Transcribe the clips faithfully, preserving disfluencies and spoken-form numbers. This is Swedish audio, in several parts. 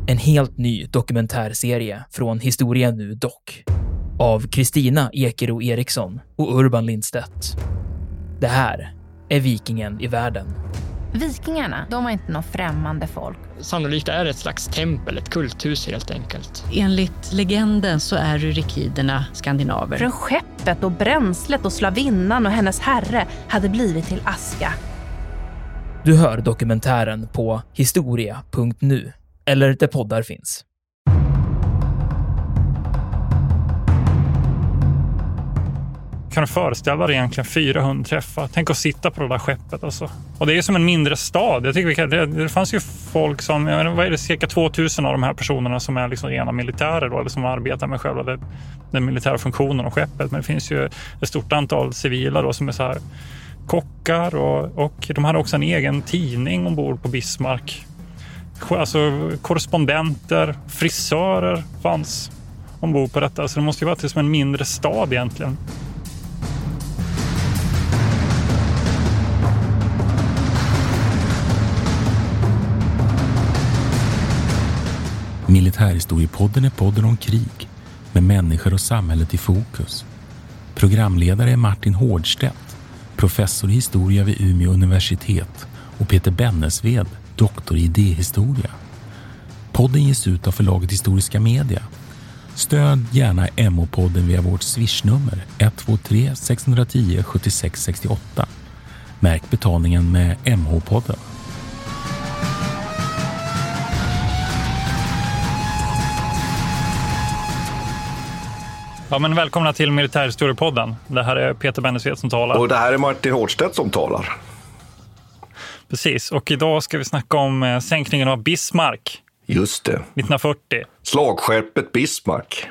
En helt ny dokumentärserie från Historia Nu Dock. Av Kristina Ekero Eriksson och Urban Lindstedt. Det här är Vikingen i världen. Vikingarna, de var inte någon främmande folk. Sannolikt är det ett slags tempel, ett kulthus helt enkelt. Enligt legenden så är rykiderna skandinaver. Från skeppet och bränslet och slavinnan och hennes herre hade blivit till aska. Du hör dokumentären på historia punkt nu eller där poddar finns. Kan du föreställa dig egentligen fyrahundra träffar? Tänk att sitta på det där skeppet alltså. Och det är som en mindre stad. Jag tycker vi kan, det, det fanns ju folk som, jag menar, vad är det, cirka tvåtusen av de här personerna som är liksom rena militärer då, eller som arbetar med själva det, den militära funktionen av skeppet. Men det finns ju ett stort antal civila då som är så här kockar och, och de hade också en egen tidning ombord på Bismarck. Alltså korrespondenter, frisörer fanns ombord på detta. Så det måste ju vara till som en mindre stad egentligen. Militärhistoriepodden är podden om krig med människor och samhället i fokus. Programledare är Martin Hårdstedt, professor i historia vid Umeå universitet, och Peter Bennesved, doktor i idéhistoria. Podden ges ut av förlaget Historiska Media. Stöd gärna M O-podden via vårt swishnummer ett två tre sex ett noll sju sex sex åtta. Märk betalningen med M H-podden. Ja, men välkomna till Militärhistoriepodden. Det här är Peter Bennesved som talar. Och det här är Martin Hårdstedt som talar. Precis, och idag ska vi snacka om eh, sänkningen av Bismarck. Just det. nittonhundrafyrtio. Slagskeppet Bismarck.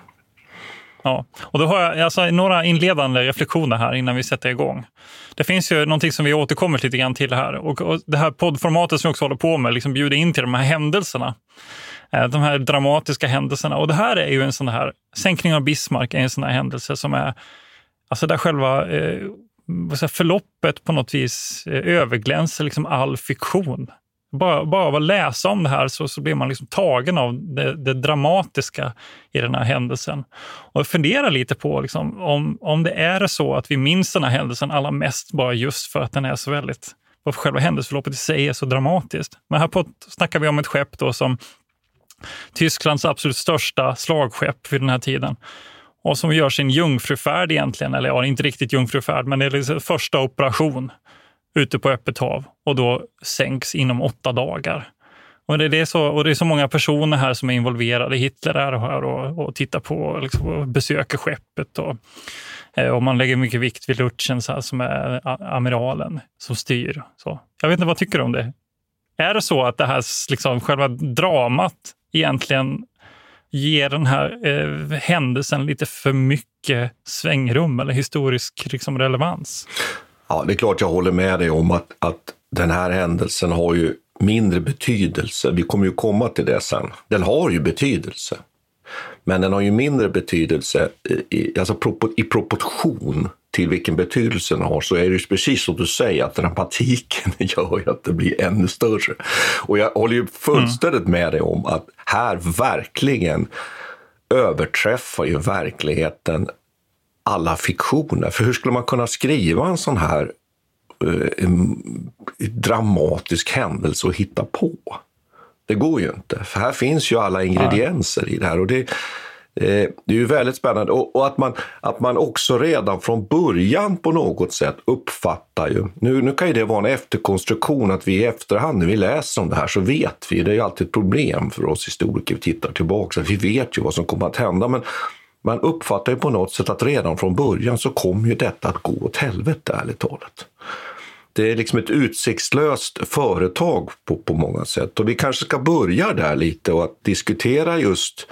Ja, och då har jag alltså några inledande reflektioner här innan vi sätter igång. Det finns ju någonting som vi återkommer lite grann till här. Och, och det här poddformatet som vi också håller på med, liksom bjuder in till de här händelserna. De här dramatiska händelserna. Och det här är ju en sån här, sänkningen av Bismarck är en sån här händelse som är, alltså där själva eh, förloppet på något vis eh, överglänser liksom all fiktion. Bara, bara av att läsa om det här så, så blir man liksom tagen av det, det dramatiska i den här händelsen. Och jag funderar lite på liksom, om, om det är så att vi minns den här händelsen allra mest bara just för att den är så väldigt, för själva händelseförloppet i sig är så dramatiskt. Men här på snackar vi om ett skepp då som Tysklands absolut största slagskepp vid den här tiden. Och som gör sin jungfrufärd egentligen, eller ja, inte riktigt jungfrufärd, men det är liksom första operation ute på öppet hav. Och då sänks inom åtta dagar. Och det är så, och det är så många personer här som är involverade. Hitler är här och, och tittar på, liksom, och besöker skeppet. Och, och man lägger mycket vikt vid Lutjens här, som är amiralen som styr. Så. Jag vet inte, vad tycker du om det? Är det så att det här liksom, själva dramat egentligen ger den här eh, händelsen lite för mycket svängrum eller historisk liksom, relevans? Ja, det är klart jag håller med dig om att, att den här händelsen har ju mindre betydelse. Vi kommer ju komma till det sen. Den har ju betydelse. Men den har ju mindre betydelse i, alltså i proportion till vilken betydelse den har, så är det ju precis som du säger att dramatiken gör ju att det blir ännu större. Och jag håller ju fullständigt mm. med dig om att här verkligen överträffar ju verkligheten alla fiktioner. För hur skulle man kunna skriva en sån här eh, dramatisk händelse och hitta på? Det går ju inte, för här finns ju alla ingredienser Nej. i det här, och det Det är ju väldigt spännande, och att man, att man också redan från början på något sätt uppfattar ju, nu, nu kan ju det vara en efterkonstruktion att vi i efterhand när vi läser om det här så vet vi, det är ju alltid ett problem för oss historiker, vi tittar tillbaka, vi vet ju vad som kommer att hända, men man uppfattar ju på något sätt att redan från början så kommer ju detta att gå åt helvete, ärligt talat. Det är liksom ett utsiktslöst företag på, på många sätt, och vi kanske ska börja där lite och att diskutera just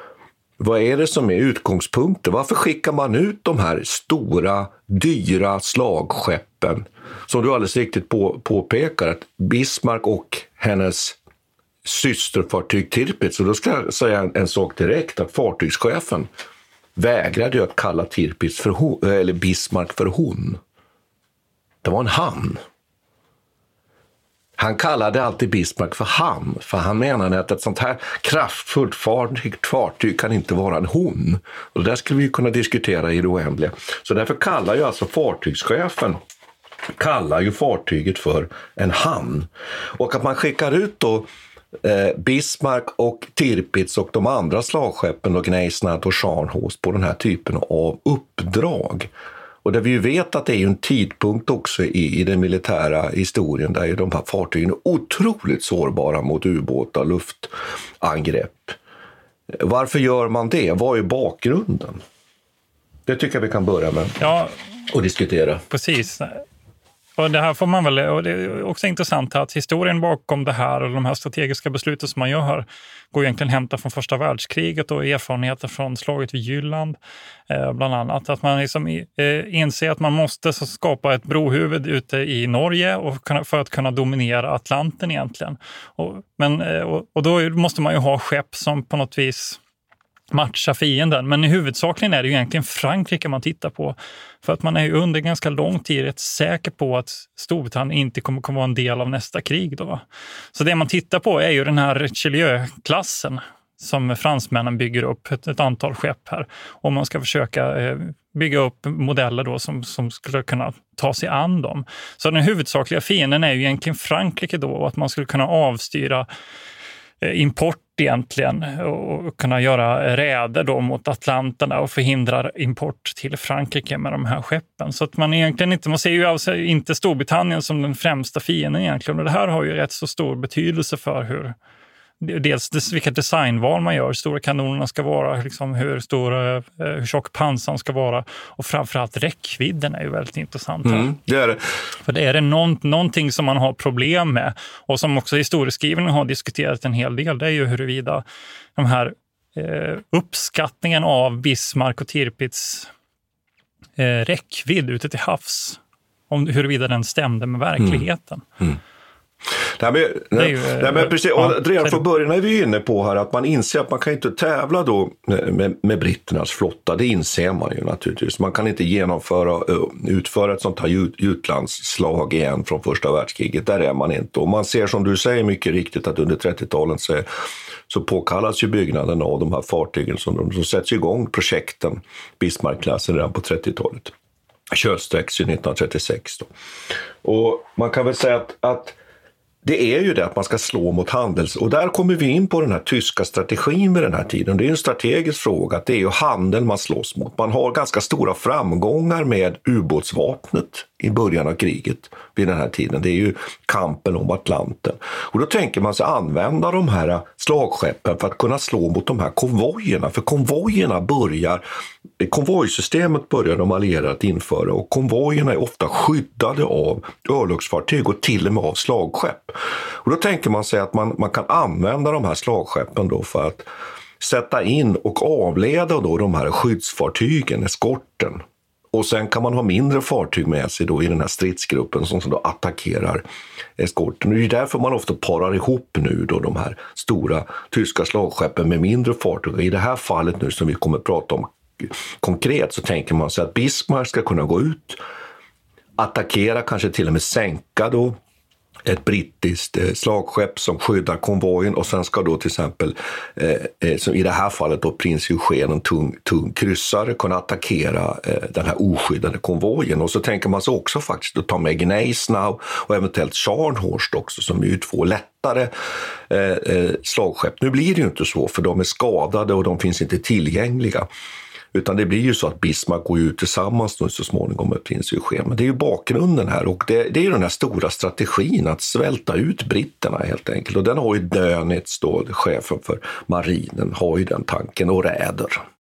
vad är det som är utgångspunkter? Varför skickar man ut de här stora, dyra slagskeppen? Som du alldeles riktigt på, påpekar, att Bismarck och hennes systerfartyg Tirpitz, och då ska jag säga en, en sak direkt, att fartygschefen vägrade att kalla Tirpitz för hon, eller Bismarck för hon. Det var en han. Han kallade alltid Bismarck för han, för han menade att ett sånt här kraftfullt fartyg, fartyg kan inte vara en hon. Och det där skulle vi kunna diskutera i det oändliga. Så därför kallar ju alltså fartygschefen kallar ju fartyget för en han. Och att man skickar ut då eh, Bismarck och Tirpitz och de andra slagskeppen och Gneisenau och Scharnhorst på den här typen av uppdrag. Och där vi ju vet att det är en tidpunkt också i, i den militära historien där ju de här fartygen är otroligt sårbara mot ubåtar, luftangrepp. Varför gör man det? Vad är bakgrunden? Det tycker jag vi kan börja med ja, och diskutera. Precis. Och det här får man väl, och det är också intressant att historien bakom det här och de här strategiska besluten som man gör går egentligen hämta från första världskriget och erfarenheter från slaget vid Jylland eh, bland annat. Att man liksom eh, inser att man måste så skapa ett brohuvud ute i Norge och kunna, för att kunna dominera Atlanten egentligen. Och, men, eh, och, och då måste man ju ha skepp som på något vis matcha fienden, men i huvudsakligen är det ju egentligen Frankrike man tittar på, för att man är ju under ganska lång tid rätt säker på att Storbritannien inte kommer att vara en del av nästa krig då. Så det man tittar på är ju den här Richelieu-klassen som fransmännen bygger upp ett, ett antal skepp här, och man ska försöka eh, bygga upp modeller då som, som skulle kunna ta sig an dem. Så den huvudsakliga fienden är ju egentligen Frankrike då, och att man skulle kunna avstyra import egentligen och kunna göra räder då mot Atlanterna och förhindra import till Frankrike med de här skeppen. Så att man egentligen inte, man ser ju alltså inte Storbritannien som den främsta fienden egentligen, och det här har ju rätt så stor betydelse för hur dels vilka designval man gör, hur stora kanonerna ska vara, liksom hur stora, hur tjock pansan ska vara, och framförallt räckvidden är ju väldigt intressant här. Mm, det är det. För det är det någon, någonting som man har problem med, och som också historieskrivningen har diskuterat en hel del, det är ju huruvida de här eh, uppskattningen av Bismarck och Tirpitz eh, räckvidd ute till havs, om huruvida den stämde med verkligheten. Mm. Mm. Nej, men, nej, ju, nej, men precis, och ja, redan från början är vi inne på här att man inser att man kan inte tävla då med, med britternas flotta. Det inser man ju naturligtvis. Man kan inte genomföra, utföra ett sånt här utlandsslag igen från första världskriget. Där är man inte. Och man ser, som du säger mycket riktigt, att under trettiotalet så, så påkallas ju byggnaden av de här fartygen som, de, som sätts igång, projekten, Bismarck-klassen redan på trettiotalet. Kölsträcks ju nittonhundratrettiosex då. Och man kan väl säga att, att det är ju det att man ska slå mot handels... Och där kommer vi in på den här tyska strategin med den här tiden. Det är en strategisk fråga, att det är ju handel man slåss mot. Man har ganska stora framgångar med ubåtsvapnet i början av kriget vid den här tiden. Det är ju kampen om Atlanten. Och då tänker man sig använda de här slagskeppen för att kunna slå mot de här konvojerna. För konvojerna börjar... Konvojsystemet börjar de allierade att införa, och konvojerna är ofta skyddade av örlogsfartyg och till och med av slagskepp. Och då tänker man sig att man, man kan använda de här slagskeppen då för att sätta in och avleda då de här skyddsfartygen, eskorten. Och sen kan man ha mindre fartyg med sig då i den här stridsgruppen som då attackerar eskorten. Och det är därför man ofta parar ihop nu då de här stora tyska slagskeppen med mindre fartyg. I det här fallet nu som vi kommer att prata om konkret, så tänker man sig att Bismarck ska kunna gå ut, attackera, kanske till och med sänka då ett brittiskt eh, slagskepp som skyddar konvojen, och sen ska då till exempel eh, eh, som i det här fallet då prins Eugen, en tung, tung kryssare, kunna attackera eh, den här oskyddade konvojen. Och så tänker man sig också faktiskt att ta med Gneisenau och eventuellt Scharnhorst också, som är ju två lättare eh, eh, slagskepp. Nu blir det ju inte så, för de är skadade och de finns inte tillgängliga. Utan det blir ju så att Bismarck går ut tillsammans nu så småningom med prins Eugen. Men det är ju bakgrunden här, och det, det är ju den här stora strategin att svälta ut britterna helt enkelt. Och den har ju Dönitz då, chefen för marinen, har ju den tanken och räder.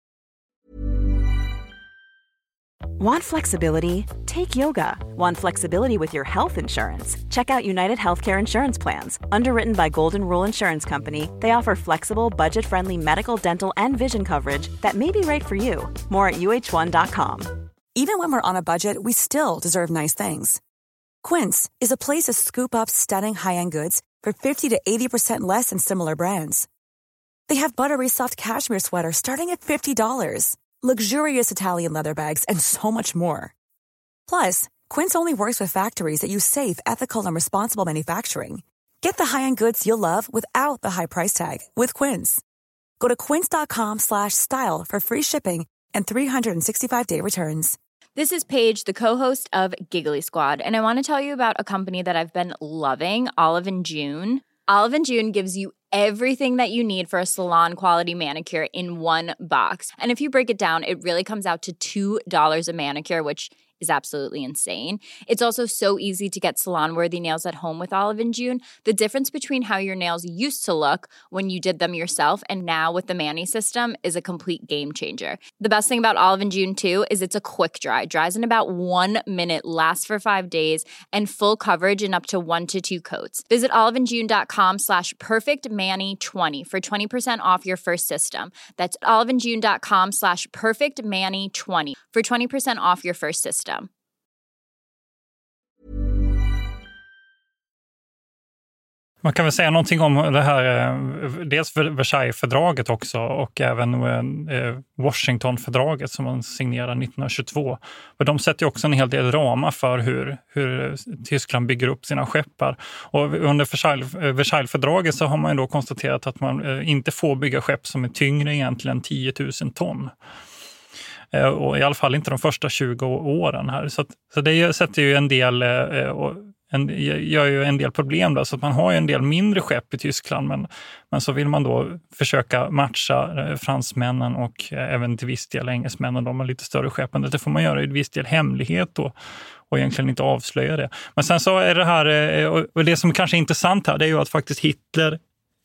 Want flexibility? Take yoga. Want flexibility with your health insurance? Check out United Healthcare Insurance Plans. Underwritten by Golden Rule Insurance Company, they offer flexible, budget-friendly medical, dental, and vision coverage that may be right for you. More at U H one dot com. Even when we're on a budget, we still deserve nice things. Quince is a place to scoop up stunning high-end goods for fifty to eighty percent less than similar brands. They have buttery soft cashmere sweaters starting at fifty dollars. Luxurious Italian leather bags, and so much more. Plus, Quince only works with factories that use safe, ethical, and responsible manufacturing. Get the high-end goods you'll love without the high price tag with Quince. Go to quince.com slash style for free shipping and three sixty-five day returns. This is Paige, the co-host of Giggly Squad, and I want to tell you about a company that I've been loving, Olive and June. Olive and June gives you everything that you need for a salon-quality manicure in one box. And if you break it down, it really comes out to two dollars a manicure, which is absolutely insane. It's also so easy to get salon-worthy nails at home with Olive and June. The difference between how your nails used to look when you did them yourself and now with the Mani system is a complete game changer. The best thing about Olive and June, too, is it's a quick dry. Dries in about one minute, lasts for five days, and full coverage in up to one to two coats. Visit oliveandjune.com slash perfectmani20 for twenty percent off your first system. That's oliveandjune.com slash perfectmani20 for twenty percent off your first system. Man kan väl säga någonting om det här, dels Versailles-fördraget också och även Washington-fördraget som man signerade nittonhundratjugotvå. För de sätter ju också en hel del ramar för hur, hur Tyskland bygger upp sina skeppar. Och under Versailles-fördraget så har man ju då konstaterat att man inte får bygga skepp som är tyngre egentligen tio tusen ton. Och i alla fall inte de första tjugo åren här. Så, att, så det sätter ju en del... Och, En, gör ju en del problem då, så att man har ju en del mindre skepp i Tyskland, men, men så vill man då försöka matcha fransmännen och även till viss del engelsmännen, de har lite större skepp, men det får man göra i viss del hemlighet då, och egentligen inte avslöja det. Men sen så är det här, och det som kanske är intressant här, det är ju att faktiskt Hitler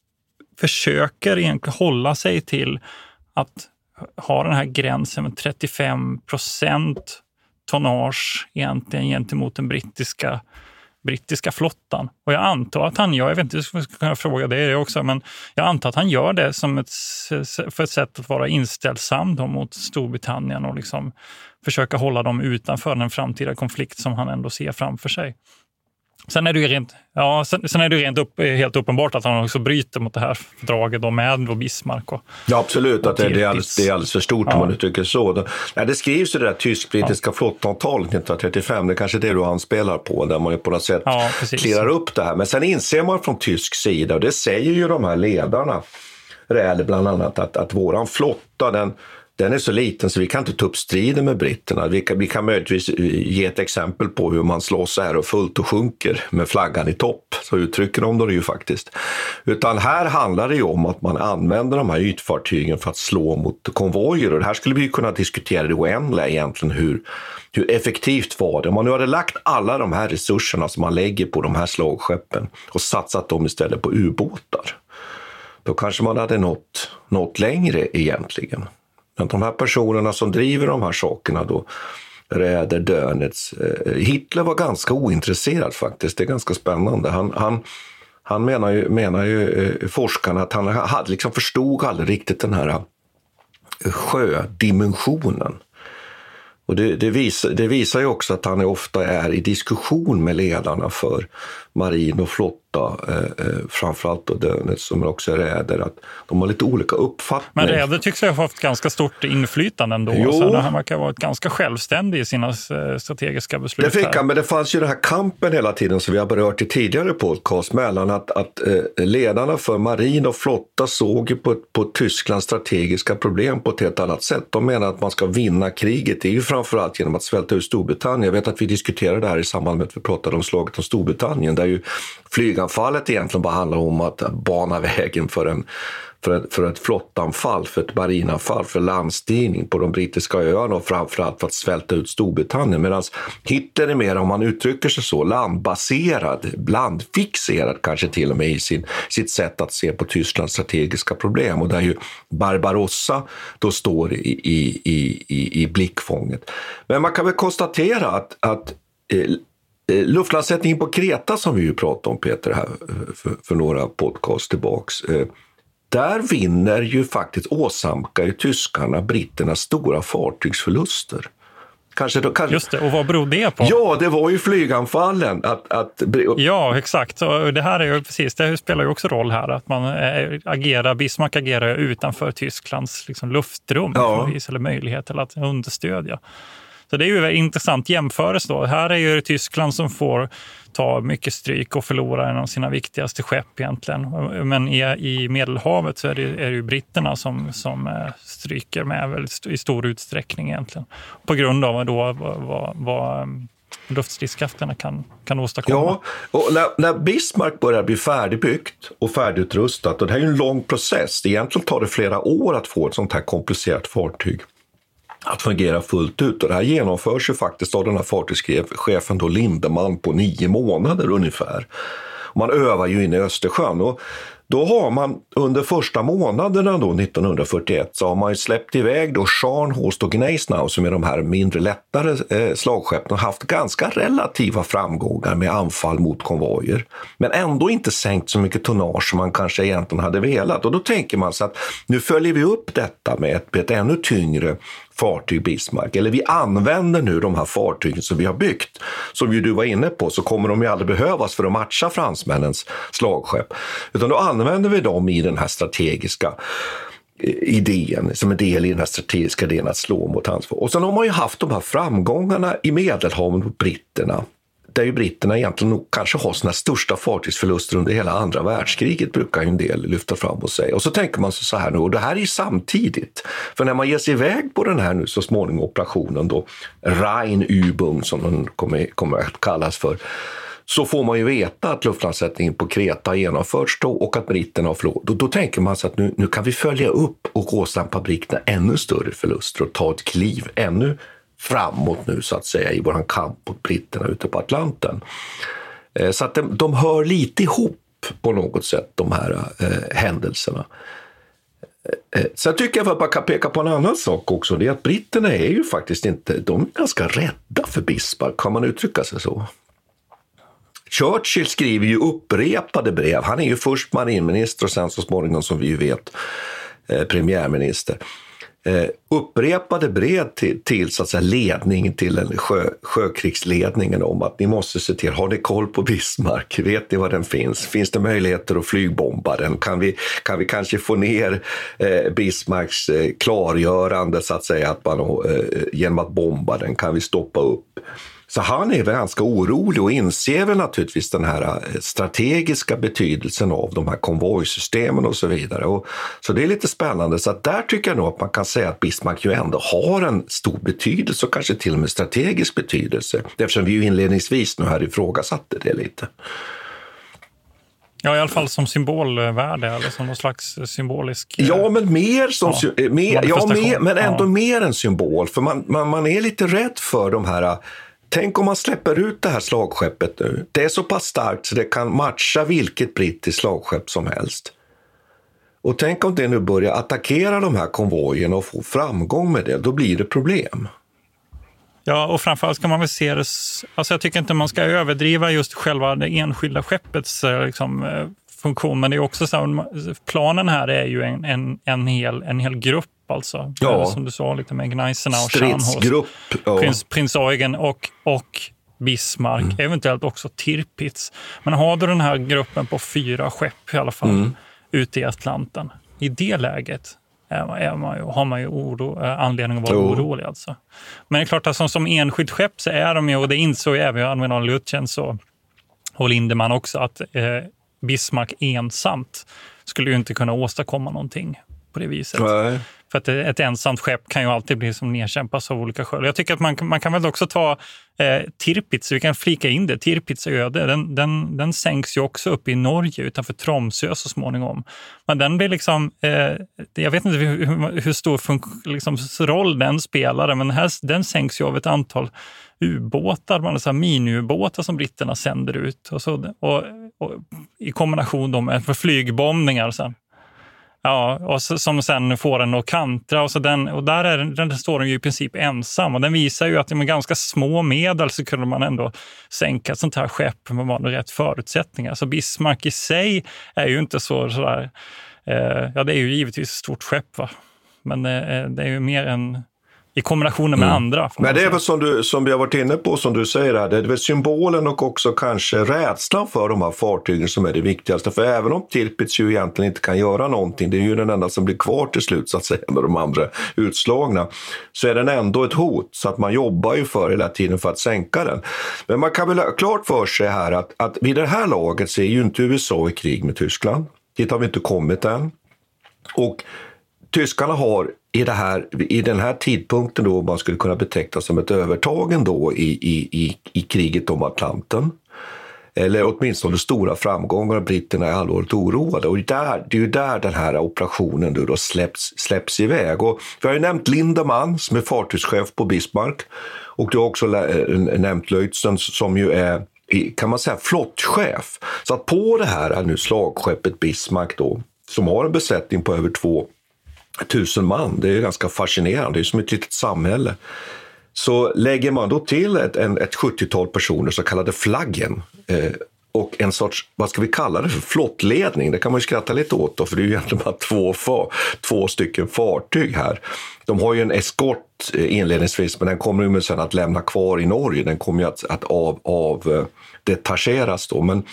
försöker egentligen hålla sig till att ha den här gränsen med trettiofem procent tonnage egentligen gentemot den brittiska brittiska flottan. Och jag antar att han gör, jag vet inte, jag ska kunna fråga det också, men jag antar att han gör det som ett, för ett sätt att vara inställsam då mot Storbritannien och liksom försöka hålla dem utanför den framtida konflikt som han ändå ser framför sig. Sen är det ju rent, ja, sen, sen är det ju rent upp, helt uppenbart att han också bryter mot det här fördraget då med då Bismarck. Och, ja, absolut. Och att det, det, är alldeles, det är alldeles för stort, ja. Om man uttrycker så. Det, ja, det skrivs ju det där tysk-brittiska ja. flottavtalet nittonhundratrettiofem. Det är kanske det du anspelar på, där man ju på något sätt ja, clearar upp det här. Men sen inser man från tysk sida, och det säger ju de här ledarna, Räder bland annat, att, att våran flotta, den... Den är så liten så vi kan inte ta upp striden med britterna. Vi kan, vi kan möjligtvis ge ett exempel på hur man slår så här och fullt och sjunker med flaggan i topp. Så uttrycker de det ju faktiskt. Utan här handlar det ju om att man använder de här ytfartygen för att slå mot konvojer. Och det här skulle vi kunna diskutera det oändliga egentligen. Hur, hur effektivt var det? Om man nu hade lagt alla de här resurserna som man lägger på de här slagskeppen och satsat dem istället på ubåtar. Då kanske man hade nått, nått längre egentligen. Men de här personerna som driver de här sakerna då, Räder, Dönitz, eh, Hitler var ganska ointresserad faktiskt, det är ganska spännande. Han, han, han menar ju, menar ju eh, forskarna att han hade liksom förstod aldrig riktigt den här eh, sjödimensionen. Och det, det, visar, det visar ju också att han ofta är i diskussion med ledarna för marin och flotta, eh, framförallt då Dönitz som också är Räder, att de har lite olika uppfattningar. Men Räder tycks ha haft ganska stort inflytande ändå. Jo. Så han verkar ha varit ganska självständig i sina strategiska beslut. Det fick han, men det fanns ju den här kampen hela tiden som vi har berört i tidigare podcast mellan att, att eh, ledarna för marin och flotta såg ju på, på Tysklands strategiska problem på ett helt annat sätt. De menar att man ska vinna kriget, det är ju framförallt genom att svälta ut Storbritannien. Jag vet att vi diskuterade det här i samband med att vi pratade om slaget om Storbritannien, där ju flyganfallet egentligen bara handlar om att bana vägen för, en, för, ett, för ett flottanfall, för ett marinanfall, för landstigning på de brittiska öarna och framförallt för att svälta ut Storbritannien. Medan Hitler är mer, om man uttrycker sig så, landbaserad, landfixerad kanske till och med i sin, sitt sätt att se på Tysklands strategiska problem, och där ju Barbarossa då står i, i, i, i, i blickfånget. Men man kan väl konstatera att, att eh, luftlandsättningen på Kreta som vi ju pratade om, Peter, här för, för några podcast tillbaks, eh, där vinner ju faktiskt åsamkar ju tyskarna britternas stora fartygsförluster. Kanske då, kanske... Just det, och vad beror det på? Ja, det var ju flyganfallen. Att, att... Ja, exakt. Och det här är ju precis, det spelar ju också roll här, att man agerar, Bismarck agerar utanför Tysklands liksom, luftrum, ja. Eller möjlighet till att understödja Så det är ju en intressant jämförelse då. Här är ju Tyskland som får ta mycket stryk och förlora en av sina viktigaste skepp egentligen. Men i, i Medelhavet så är det, är det ju britterna som, som stryker med väldigt i stor utsträckning egentligen. På grund av då vad, vad, vad luftstridskrafterna kan, kan åstadkomma. Ja, och när, när Bismarck börjar bli färdigbyggt och färdigutrustat, och det här är ju en lång process. Egentligen tar det flera år att få ett sånt här komplicerat fartyg att fungera fullt ut. Och det här genomförs ju faktiskt av den här fartygschefen då Lindemann på nio månader ungefär. Och man övar ju inne i Östersjön, och då har man under första månaderna då nittonhundrafyrtioett så har man ju släppt iväg då Scharnhorst och Gneisenau som är de här mindre lättare eh, slagskeppen och haft ganska relativa framgångar med anfall mot konvojer. Men ändå inte sänkt så mycket tonnage som man kanske egentligen hade velat. Och då tänker man så att nu följer vi upp detta med ett, med ett ännu tyngre fartyg Bismarck. Eller vi använder nu de här fartygen som vi har byggt. Som ju du var inne på, så kommer de ju aldrig behövas för att matcha fransmännens slagskepp. Utan då använder vi dem i den här strategiska idén, som en del i den här strategiska idén att slå mot ansvar. Och sen har man ju haft de här framgångarna i Medelhavet mot britterna. Där ju britterna egentligen nog kanske har sina största fartygsförluster under hela andra världskriget, brukar ju en del lyfta fram och säga. Och så tänker man så här nu, och det här är ju samtidigt. För när man ger sig iväg på den här nu så småningom operationen då, Rheinübung som den kommer, kommer att kallas för, så får man ju veta att luftlandsättningen på Kreta har genomförts då och att britterna har förlorat. Då, då tänker man så att nu, nu kan vi följa upp och åsamka britterna ännu större förluster och ta ett kliv ännu framåt nu så att säga i våran kamp mot britterna ute på Atlanten. Eh, så att de, de hör lite ihop på något sätt, de här eh, händelserna. Eh, så jag tycker att man kan peka på en annan sak också, det är att britterna är ju faktiskt inte, de är ganska rädda för Bismarck, kan man uttrycka sig så. Churchill skriver ju upprepade brev, han är ju först marinminister och sen så småningom som vi ju vet eh, premiärminister. Eh, upprepade brev till, till så att säga, ledning till en sjö, sjökrigsledningen om att ni måste se till, har ni koll på Bismarck, vet ni var den finns, finns det möjligheter att flygbomba den, kan vi, kan vi kanske få ner eh, Bismarcks eh, klargörande så att säga, att man, eh, genom att bomba den kan vi stoppa upp. Så han är väl ganska orolig och inser väl naturligtvis den här strategiska betydelsen av de här konvojsystemen och så vidare. Och, så det är lite spännande. Så att där tycker jag nog att man kan säga att Bismarck ju ändå har en stor betydelse och kanske till och med strategisk betydelse. Eftersom vi ju inledningsvis nu här ifrågasatte det lite. Ja, i alla fall som symbolvärde eller som någon slags symbolisk... Ja, men mer som ja, mer, ja, mer, men ändå ja. mer än symbol. För man, man, man är lite rädd för de här... Tänk om man släpper ut det här slagskeppet nu. Det är så pass starkt så det kan matcha vilket brittiskt slagskepp som helst. Och tänk om det nu börjar attackera de här konvojerna och få framgång med det. Då blir det problem. Ja, och framförallt ska man väl se det... Alltså jag tycker inte man ska överdriva just själva det enskilda skeppets liksom, funktion. Men det är också så här, planen här är ju en, en, en, hel, en hel grupp. Alltså, ja. som du sa, lite med Gneisenau och Stridsgrupp. Ja. Prins, Prins Eugen och, och Bismarck, mm. eventuellt också Tirpitz. Men har du den här gruppen på fyra skepp i alla fall mm. ute i Atlanten, i det läget är, är man ju, har man ju oro, anledning att vara oh. orolig. Alltså. Men det är klart att som, som enskilt skepp så är de ju, och det insåg även admiral Lütjens och, och Lindemann också, att eh, Bismarck ensamt skulle ju inte kunna åstadkomma någonting på det viset. Nej. För att ett ensamt skepp kan ju alltid bli som nedkämpas av olika skäl. Jag tycker att man, man kan väl också ta eh, Tirpitz, vi kan flika in det. Tirpitz öde, den, den, den sänks ju också upp i Norge utanför Tromsø så småningom. Men den blir liksom, eh, jag vet inte hur, hur stor fun- liksom, roll den spelar, men här, den sänks ju av ett antal ubåtar, man har miniubåtar som britterna sänder ut. Och, så, och, och i kombination då med för flygbombningar och så. Ja, och så, som sen får den att kantra och, så den, och där är den, den står den ju i princip ensam och den visar ju att med ganska små medel så kunde man ändå sänka ett sånt här skepp med rätt förutsättningar. Så Bismarck i sig är ju inte så sådär, eh, ja det är ju givetvis ett stort skepp va, men eh, det är ju mer en i kombination med mm. andra. Men det är väl som, du, som vi har varit inne på, som du säger här, det är väl symbolen och också kanske rädslan för de här fartygen som är det viktigaste. För även om Tirpitz ju egentligen inte kan göra någonting, det är ju den enda som blir kvar till slut så att säga med de andra utslagna, så är den ändå ett hot. Så att man jobbar ju för hela tiden för att sänka den. Men man kan väl ha klart för sig här att, att vid det här laget så är ju inte U S A i krig med Tyskland. Det har vi inte kommit än. Och tyskarna har i, det här, i den här tidpunkten då man skulle kunna beteckna som ett övertagen då i, i, i, i kriget om Atlanten. Eller åtminstone stora framgångar, britterna är allvarligt oroade. Och där, det är ju där den här operationen då, då släpps, släpps iväg. Och vi har ju nämnt Lindemann som är fartygschef på Bismarck. Och du har också nämnt Leutzen som ju är, kan man säga, flottchef. Så att på det här nu slagskeppet Bismarck då, som har en besättning på över två tusen man, det är ganska fascinerande, det är som ett litet samhälle. Så lägger man då till ett, en, ett sjuttiotal personer, så kallade flaggen, eh, och en sorts, vad ska vi kalla det för, flottledning, det kan man ju skratta lite åt då, för det är ju egentligen bara två, för, två stycken fartyg här. De har ju en eskort inledningsvis, men den kommer ju sen att lämna kvar i Norge, den kommer ju att, att av, av detacheras då, men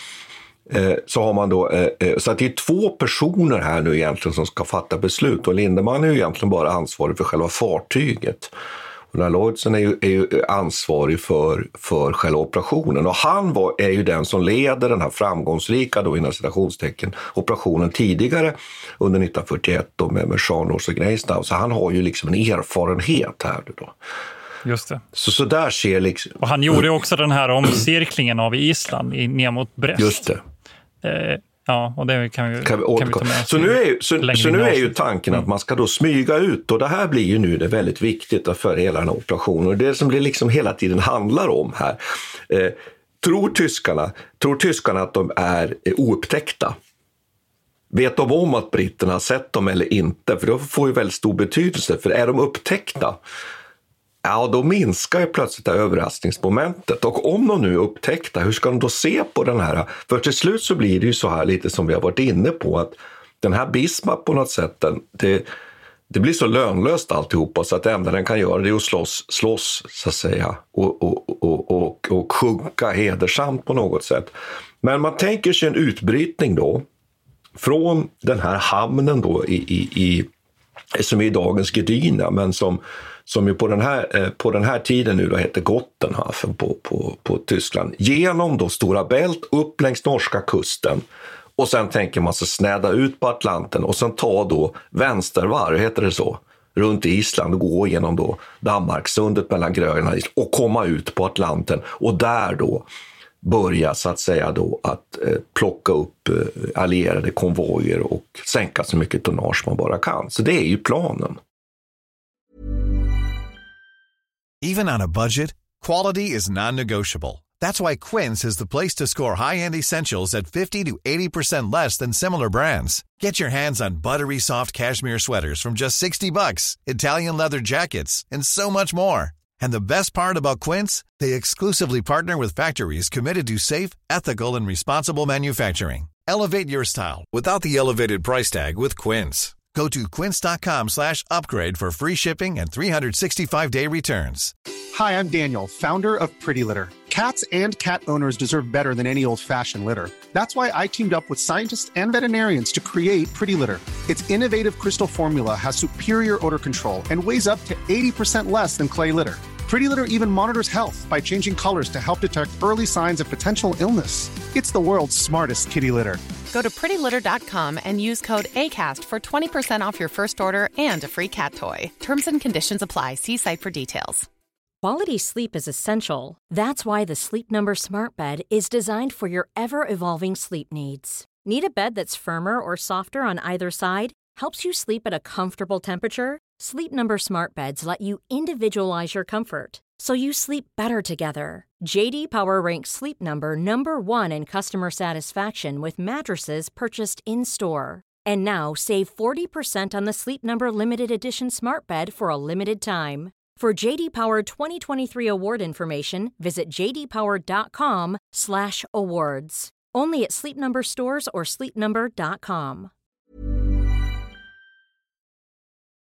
så har man då, så att det är två personer här nu egentligen som ska fatta beslut, och Lindemann är ju egentligen bara ansvarig för själva fartyget. Och den här Leutzen är ju, är ju ansvarig för, för själva operationen, och han var, är ju den som leder den här framgångsrika då, inom citationstecken, operationen tidigare under nittonhundrafyrtioett då, med, med Scharnhorst och Gneisenau, så han har ju liksom en erfarenhet här då. Just det. Så, så där ser liksom... Och han gjorde också den här omcirklingen av Island i, ner mot Brest. Just det. Eh, ja, och det kan vi, kan vi, kan vi ta med. Så nu är, ju, så, så nu är ju tanken att man ska då smyga ut, och det här blir ju nu det väldigt viktigt för hela den här operationen. Och det som det liksom hela tiden handlar om här. Eh, tror, tyskarna, tror tyskarna att de är oupptäckta? Vet de om att britterna har sett dem eller inte? För det får ju väldigt stor betydelse, för är de upptäckta, ja, då minskar ju plötsligt det överraskningsmomentet. Och om de nu är upptäckta, hur ska de då se på den här? För till slut så blir det ju så här lite som vi har varit inne på, att den här Bismarck på något sätt, det, det blir så lönlöst alltihopa, så att det enda den kan göra det är att slåss, slåss så att säga, och, och, och, och, och sjunka hedersamt på något sätt. Men man tänker sig en utbrytning då från den här hamnen då i, i, i som är i dagens Gdynia, men som som ju på den här, på den här tiden nu då heter Gottenhafen på, på, på Tyskland, genom då Stora Bält upp längs norska kusten, och sen tänker man sig snäda ut på Atlanten och sen ta då vänstervarv, heter det så, runt Island och gå genom då Danmarksundet mellan Grönland och komma ut på Atlanten, och där då börja så att säga då att eh, plocka upp eh, allierade konvojer och sänka så mycket tonnage man bara kan. Så det är ju planen. Even on a budget, quality is non-negotiable. That's why Quince is the place to score high-end essentials at fifty to eighty percent less than similar brands. Get your hands on buttery soft cashmere sweaters from just sixty bucks, Italian leather jackets, and so much more. And the best part about Quince, they exclusively partner with factories committed to safe, ethical, and responsible manufacturing. Elevate your style without the elevated price tag with Quince. Go to quince.com slash upgrade for free shipping and three sixty-five day returns. Hi, I'm Daniel, founder of Pretty Litter. Cats and cat owners deserve better than any old-fashioned litter. That's why I teamed up with scientists and veterinarians to create Pretty Litter. Its innovative crystal formula has superior odor control and weighs up to eighty percent less than clay litter. Pretty Litter even monitors health by changing colors to help detect early signs of potential illness. It's the world's smartest kitty litter. Go to pretty litter dot com and use code ACAST for twenty percent off your first order and a free cat toy. Terms and conditions apply. See site for details. Quality sleep is essential. That's why the Sleep Number Smart Bed is designed for your ever-evolving sleep needs. Need a bed that's firmer or softer on either side? Helps you sleep at a comfortable temperature? Sleep Number Smart Beds let you individualize your comfort, so you sleep better together. J D Power ranks Sleep Number number one in customer satisfaction with mattresses purchased in-store. And now save forty percent on the Sleep Number Limited Edition Smart Bed for a limited time. For J D Power twenty twenty-three award information, visit j d power dot com slash awards. Only at Sleep Number stores or sleep number dot com.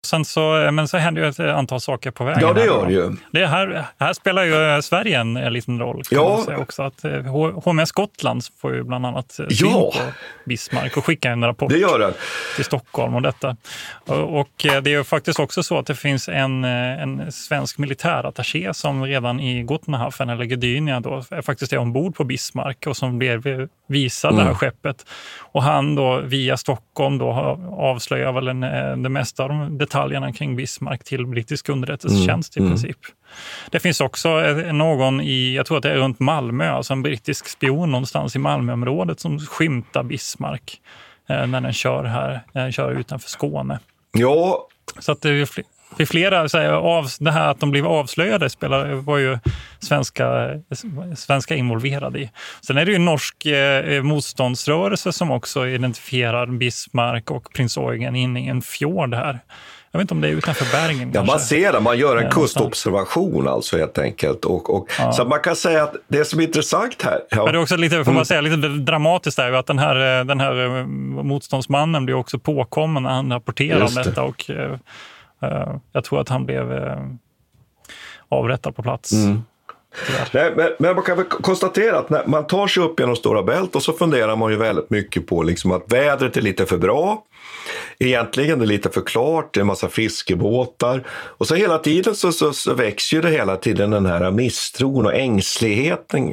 Sen så, men så händer ju ett antal saker på vägen. Ja, det gör det ju. Det här, här spelar ju Sverige en, en liten roll. Kan ja. man säga också. Att H M S Gotland får ju bland annat syn ja. på Bismarck och skicka en rapport det gör det. till Stockholm om detta. Och, och det är ju faktiskt också så att det finns en, en svensk militärattaché som redan i Gottenhafen eller Gdynia då faktiskt är ombord på Bismarck och som blev visad mm. det här skeppet. Och han då via Stockholm då avslöjar väl en, det mesta av de detaljerna kring Bismarck till brittisk underrättelsetjänst mm. i princip. Mm. Det finns också någon i, jag tror att det är runt Malmö, alltså en brittisk spion någonstans i Malmöområdet som skymtar Bismarck eh, när den kör här, den kör utanför Skåne. Ja. Så att det är fler, det är flera, så här, av, det här att de blev avslöjade spelar, var ju svenska, svenska involverade i. Sen är det ju en norsk eh, motståndsrörelse som också identifierar Bismarck och prins Eugen inne i en fjord här. Jag vet inte om det är utanför Bergen. Ja, man ser det. Man gör en ja, kustobservation alltså helt enkelt. Och, och, ja. Så man kan säga att det som är intressant här... Ja. Men det är också lite, får man säga, lite dramatiskt där att den här, den här motståndsmannen blir också påkommen när han rapporterar om detta. Och uh, jag tror att han blev uh, avrättad på plats. Mm. Nej, men, men man kan väl konstatera att när man tar sig upp genom Stora Bält och så funderar man ju väldigt mycket på liksom att vädret är lite för bra. Egentligen är det lite för klart, det är en massa fiskebåtar. Och så hela tiden så, så, så växer ju det hela tiden den här misstron och ängsligheten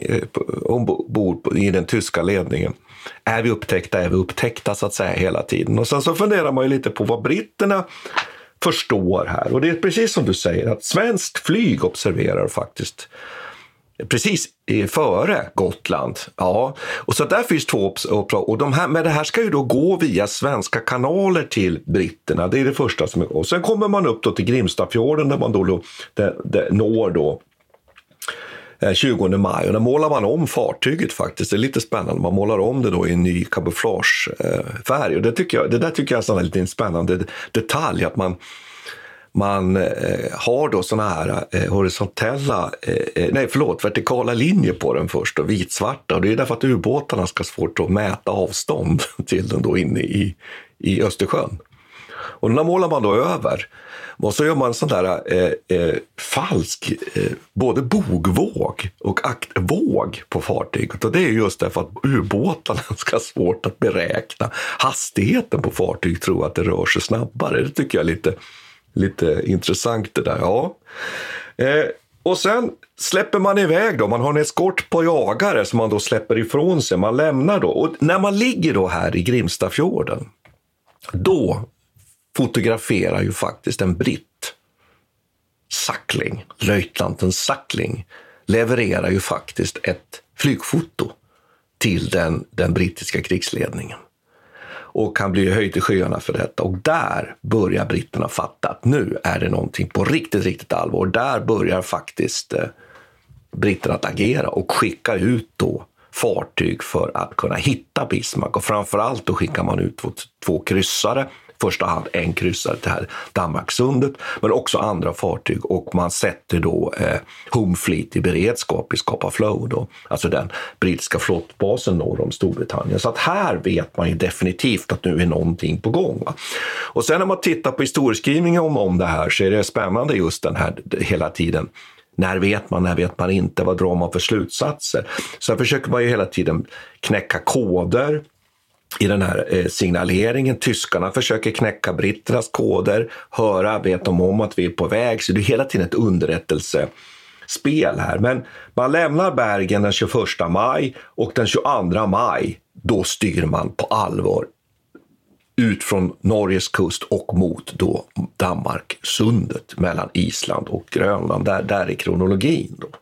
ombord i den tyska ledningen. Är vi upptäckta, är vi upptäckta så att säga hela tiden. Och sen så funderar man ju lite på vad britterna förstår här. Och det är precis som du säger att svenskt flyg observerar faktiskt precis före Gotland. Ja, och så där finns två och de här, men det här ska ju då gå via svenska kanaler till britterna. Det är det första som är. Och sen kommer man upp då till Grimstafjorden där man då, då det, det når då tjugonde maj och där målar man om fartyget faktiskt. Det är lite spännande. Man målar om det då i en ny kamouflagefärg och det tycker jag, det där tycker jag är en lite spännande detalj att man Man eh, har då såna här eh, horisontella, eh, nej förlåt, vertikala linjer på den först och vitsvarta. Och det är därför att ubåtarna ska svårt att mäta avstånd till den då inne i, i Östersjön. Och den målar man då över. Och så gör man en sån där eh, eh, falsk eh, både bogvåg och aktvåg på fartyget. Och det är just därför att ubåtarna ska svårt att beräkna hastigheten på fartyg, tror att det rör sig snabbare. Det tycker jag är lite... Lite intressant det där, ja. Eh, och sen släpper man iväg då. Man har en eskort på jagare som man då släpper ifrån sig. Man lämnar då. Och när man ligger då här i Grimstafjorden, då fotograferar ju faktiskt en britt, Sackling, löjtnanten Sackling, levererar ju faktiskt ett flygfoto till den, den brittiska krigsledningen. Och kan bli höjd i skyarna för detta. Och där börjar britterna fatta att nu är det någonting på riktigt, riktigt allvar. Där börjar faktiskt eh, britterna att agera och skicka ut då fartyg för att kunna hitta Bismarck. Och framförallt då skickar man ut två, två kryssare. Första hand en kryssare till här Danmarksundet, men också andra fartyg, och man sätter då eh, Home Fleet i beredskap i Scapa Flow då, alltså den brittiska flottbasen norr om Storbritannien. Så att här vet man ju definitivt att nu är någonting på gång. Va? Och sen när man tittar på historieskrivningen om, om det här så är det spännande just den här hela tiden. När vet man, när vet man inte, vad drar man för slutsatser? Så försöker man ju hela tiden knäcka koder i den här eh, signaleringen. Tyskarna försöker knäcka britternas koder, höra, vet de om att vi är på väg, så det är hela tiden ett underrättelsespel här. Men man lämnar Bergen den tjugoförsta maj och den tjugoandra maj då styr man på allvar ut från Norges kust och mot då Danmarksundet mellan Island och Grönland. Där, där är kronologin då.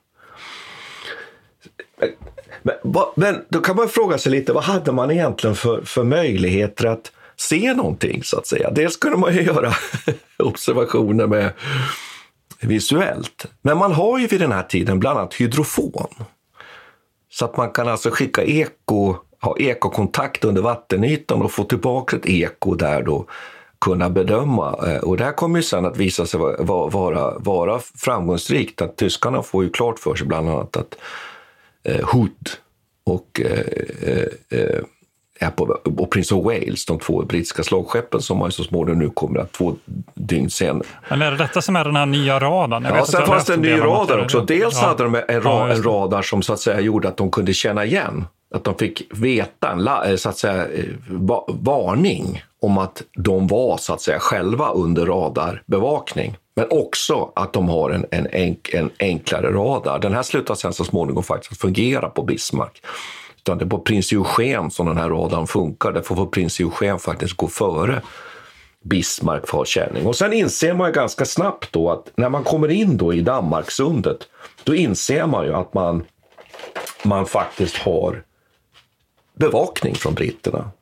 Men, men då kan man fråga sig lite, vad hade man egentligen för, för möjligheter att se någonting så att säga? Dels kunde man ju göra observationer med visuellt. Men man har ju vid den här tiden bland annat hydrofon. Så att man kan alltså skicka eko, ha ekokontakt under vattenytan och få tillbaka ett eko där då kunna bedöma. Och det här kommer ju sen att visa sig vara, vara, vara framgångsrikt. Att tyskarna får ju klart för sig bland annat att Hood och eh, eh, är på, och Prince of Wales, de två brittiska slagskeppen som man så småningom nu kommer att två dygn senare. Men är det detta som är den här nya radarn? Jag ja, vet sen fanns det en ny radar också. Dels ja. hade de en, ra- ja, en radar som så att säga gjorde att de kunde känna igen, att de fick veta en så att säga va- varning om att de var så att säga själva under radarbevakning. Men också att de har en, en, enk, en enklare radar. Den här slutar sen så småningom faktiskt att fungera på Bismarck. Utan det är på Prins Eugen som den här radarn funkar. Därför får Prins Eugen faktiskt gå före Bismarck för känning. Och sen inser man ju ganska snabbt då att när man kommer in då i Danmarksundet, då inser man ju att man, man faktiskt har bevakning från britterna.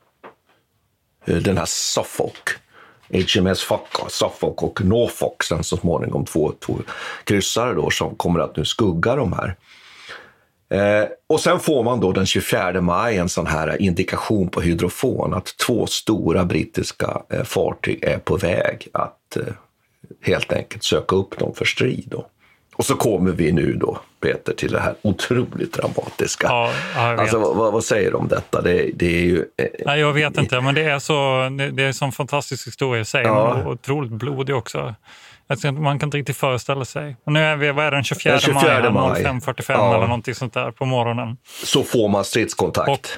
Den här Suffolk, H M S Suffolk och Norfolk, sen så småningom två, två kryssare då som kommer att nu skugga de här. Eh, och sen får man då den tjugofjärde maj en sån här indikation på hydrofon att två stora brittiska eh, fartyg är på väg att eh, helt enkelt söka upp dem för strid då. Och så kommer vi nu då, Peter, till det här otroligt dramatiska. Ja, alltså, vad, vad säger du om detta? Det, det är ju... Eh, Nej, jag vet inte, men det är så det, det är en sån fantastisk historia i sig. Ja. Och otroligt blodig också. Alltså, man kan inte riktigt föreställa sig. Och nu är vi, vad är det, den tjugofjärde maj, fem fyrtiofem ja. Eller någonting sånt där på morgonen. Så får man stridskontakt. Och,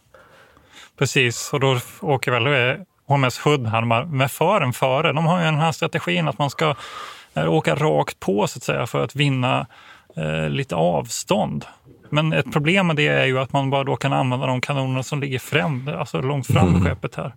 precis, och då åker väl H M S Hood här med fören före. De har ju den här strategin att man ska åka rakt på så att säga för att vinna eh, lite avstånd. Men ett problem med det är ju att man bara då kan använda de kanoner som ligger fram, alltså långt fram mm. skeppet här.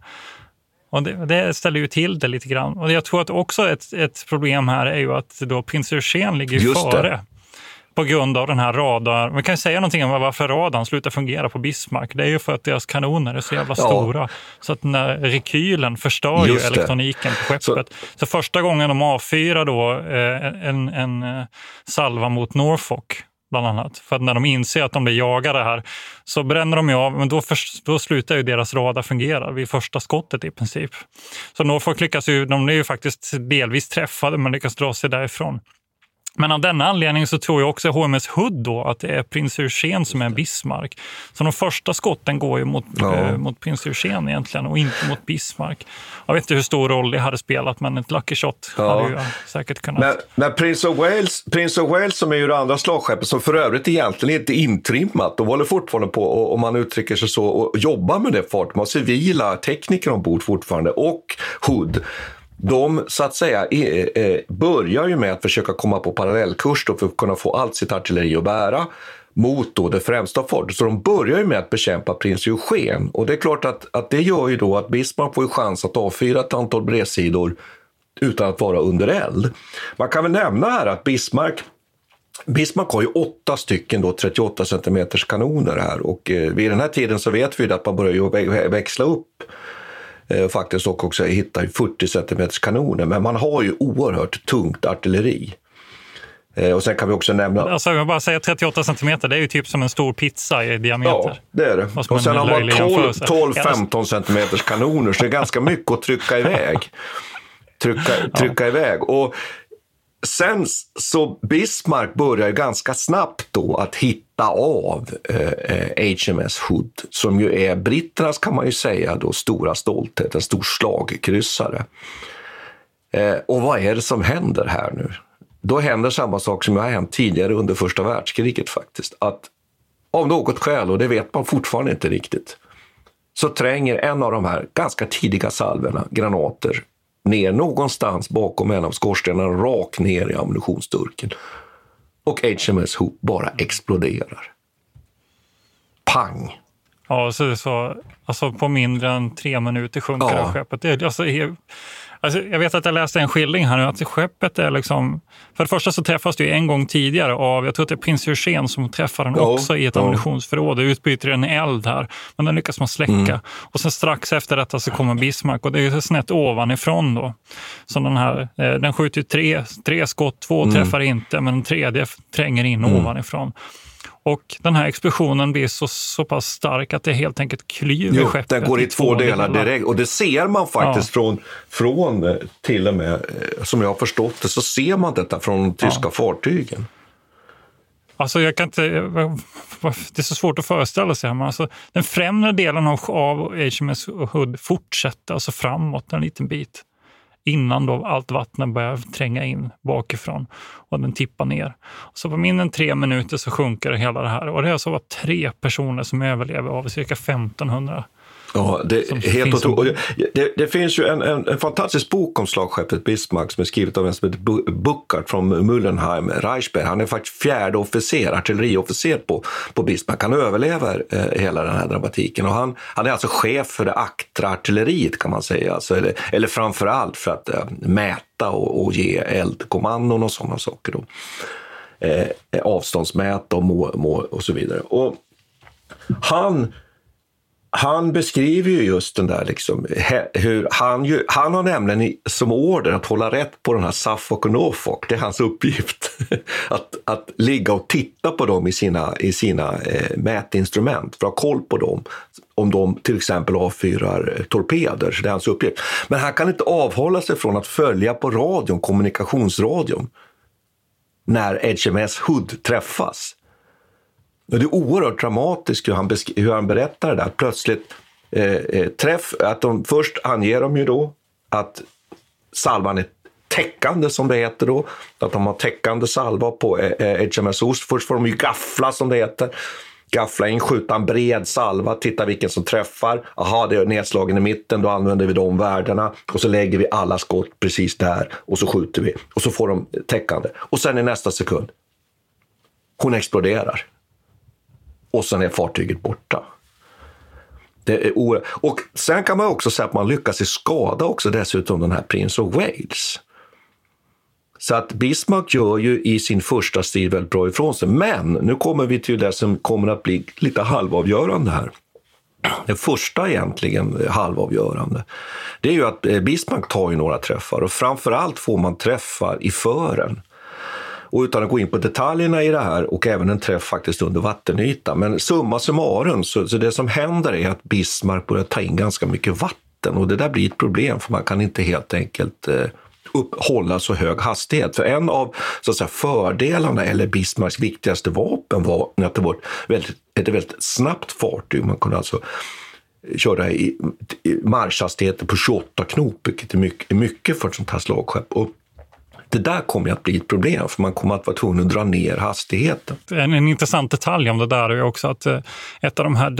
Och det, det ställer ju till det lite grann. Och jag tror att också ett, ett problem här är ju att då Prins Eugen ligger Just före. Det. På grund av den här radarn. Man kan ju säga någonting om varför radarn slutar fungera på Bismarck. Det är ju för att deras kanoner är så jävla ja. stora. Så att när rekylen förstör ju elektroniken på skeppet. Så. så första gången de avfyrar då eh, en, en eh, salva mot Norfolk bland annat. För att när de inser att de blir jagade här så bränner de ju av. Men då, för, då slutar ju deras radar fungera vid första skottet i princip. Så Norfolk lyckas ju, de är ju faktiskt delvis träffade men lyckas dra sig därifrån. Men av denna anledning så tror jag också H M S Hood då att det är Prins Eugen som är Bismarck. Så de första skotten går ju mot, ja. eh, mot Prins Eugen egentligen och inte mot Bismarck. Jag vet inte hur stor roll det hade spelat men ett lucky shot ja. hade ju säkert kunnat. Men, men Prince of Wales, Prince of Wales som är ju det andra slagskeppet som för övrigt egentligen inte är intrimmat. De håller fortfarande på, om man uttrycker sig så, och jobbar med det fart. Man har civila tekniker ombord fortfarande och Hood. De så att säga börjar ju med att försöka komma på parallellkurs då för att kunna få allt sitt artilleri att bära mot då det främsta fortet. Så de börjar ju med att bekämpa Prins Eugen. Och det är klart att, att det gör ju då att Bismarck får ju chans att avfyra ett antal bredsidor utan att vara under eld. Man kan väl nämna här att Bismarck Bismarck har ju åtta stycken då trettioåtta centimeters kanoner här och eh, vid den här tiden så vet vi att man börjar ju växla upp faktiskt och också hitta fyrtio centimeters kanoner, men man har ju oerhört tungt artilleri. Eh, och sen kan vi också nämna... Alltså jag vill bara säga trettioåtta centimeter, det är ju typ som en stor pizza i diameter. Ja, det är det. Och, och sen har man tolv till femton centimeters kanoner, så det är ganska mycket att trycka iväg. Trycka, trycka ja. iväg. Och sen så Bismarck börjar ganska snabbt då att hitta av eh, H M S Hood som ju är britternas, kan man ju säga då, stora stolthet, en stor slagkryssare. Eh, och vad är det som händer här nu? Då händer samma sak som har hänt tidigare under första världskriget faktiskt. Att av något skäl, och det vet man fortfarande inte riktigt, så tränger en av de här ganska tidiga salverna, granater, ner någonstans bakom en av skorstenarna, rakt ner i ammunitionsdurken. Och H M S Hood bara exploderar. Pang! Ja, så, så alltså på mindre än tre minuter sjunker ja. det skeppet. Det, alltså, alltså, jag vet att jag läste en skildring här nu att skeppet är liksom... För det första så träffas det ju en gång tidigare av, jag tror att det är Prins Eugen som träffar den ja, också i ett ja. ammunitionsförråd. Det utbyter en eld här, men den lyckas man släcka. Mm. Och sen strax efter detta så kommer Bismarck och det är ju snett ovanifrån då. Så den här, den skjuter tre, tre skott, två mm. träffar inte, men den tredje tränger in mm. ovanifrån. Och den här explosionen blir så, så pass stark att det helt enkelt klyver jo, skeppet. Den går i två delar direkt. Och det ser man faktiskt ja. från, från till och med, som jag har förstått det, så ser man detta från de tyska ja. fartygen. Alltså jag kan inte, det är så svårt att föreställa sig. Men alltså, den främre delen av, av H M S Hood fortsätter alltså framåt en liten bit. Innan då allt vattnet börjar tränga in bakifrån och den tippar ner. Så på mindre än tre minuter så sjunker hela det här. Och det är alltså tre personer som överlever av cirka femtonhundra. Ja, det, helt otroligt. Det, det finns ju en, en, en fantastisk bok om slagskeppet Bismarck som är skrivet av en som heter Buckard från Mullenheim, Reichsberg. Han är faktiskt fjärde officer, artilleriofficer på, på Bismarck. Han överlever eh, hela den här dramatiken och han, han är alltså chef för det aktra artilleriet kan man säga. Alltså, eller, eller framförallt för att eh, mäta och, och ge eldkommandon och sådana saker då. Eh, avståndsmäta och, må, må, och så vidare. Och han... Han beskriver ju just den där liksom, hur han, ju, han har nämligen som order att hålla rätt på den här Suffolk och Norfolk. Det är hans uppgift att, att ligga och titta på dem i sina, i sina eh, mätinstrument för att ha koll på dem. Om de till exempel avfyrar torpeder, så det är hans uppgift. Men han kan inte avhålla sig från att följa på radion, kommunikationsradion, när H M S Hood träffas. Och det är oerhört dramatiskt hur han, besk- hur han berättar det där. Plötsligt eh, träff, att de först anger de ju då att salvan är täckande som det heter då. Att de har täckande salva på eh, H M S Ost. Först får de ju gaffla som det heter. Gaffla in, skjuta en bred salva, titta vilken som träffar. Aha, det är nedslagen i mitten, då använder vi de värdena. Och så lägger vi alla skott precis där och så skjuter vi. Och så får de täckande. Och sen i nästa sekund, hon exploderar. Och sen är fartyget borta. Det är o- och sen kan man också säga att man lyckas i skada också dessutom den här Prince of Wales. Så att Bismarck gör ju i sin första strid väldigt bra ifrån sig. Men nu kommer vi till det som kommer att bli lite halvavgörande här. Det första egentligen halvavgörande. Det är ju att Bismarck tar ju några träffar. Och framförallt får man träffar i fören. Och utan att gå in på detaljerna i det här och även en träff faktiskt under vattenytan. Men summa summarum, så, så det som händer är att Bismarck börjar ta in ganska mycket vatten. Och det där blir ett problem för man kan inte helt enkelt eh, upphålla så hög hastighet. För en av så att säga, fördelarna eller Bismarcks viktigaste vapen var att det var ett väldigt, ett väldigt snabbt fartyg. Man kunde alltså köra i, i marschhastigheter på tjugoåtta knop, vilket är mycket, är mycket för ett sånt här slagskepp. Och det där kommer att bli ett problem för man kommer att vara tvungen att dra ner hastigheten. En, en intressant detalj om det där är också att eh, ett av de här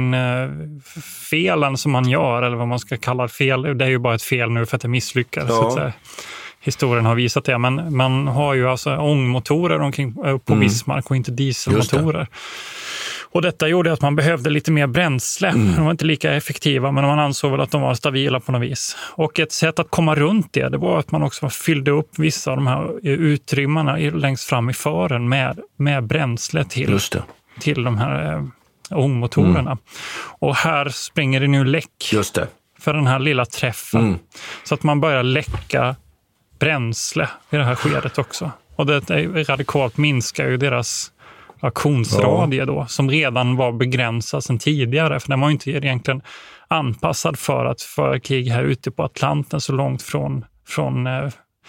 designfelen som man gör, eller vad man ska kalla fel, det är ju bara ett fel nu för att det misslyckades. Ja. Så att säga. Historien har visat det, men man har ju alltså ångmotorer omkring, på mm. Bismarck och inte dieselmotorer. Och detta gjorde att man behövde lite mer bränsle. Mm. De var inte lika effektiva, men man ansåg väl att de var stabila på något vis. Och ett sätt att komma runt det, det var att man också fyllde upp vissa av de här utrymmarna längst fram i fören med, med bränsle till, till de här eh, ångmotorerna. Mm. Och här springer det nu läck Just det. för den här lilla träffen. Mm. Så att man börjar läcka bränsle i det här skedet också. Och det radikalt minskar ju deras aktionsradie då, som redan var begränsad sedan tidigare, för den var ju inte egentligen anpassad för att föra krig här ute på Atlanten så långt från, från eh,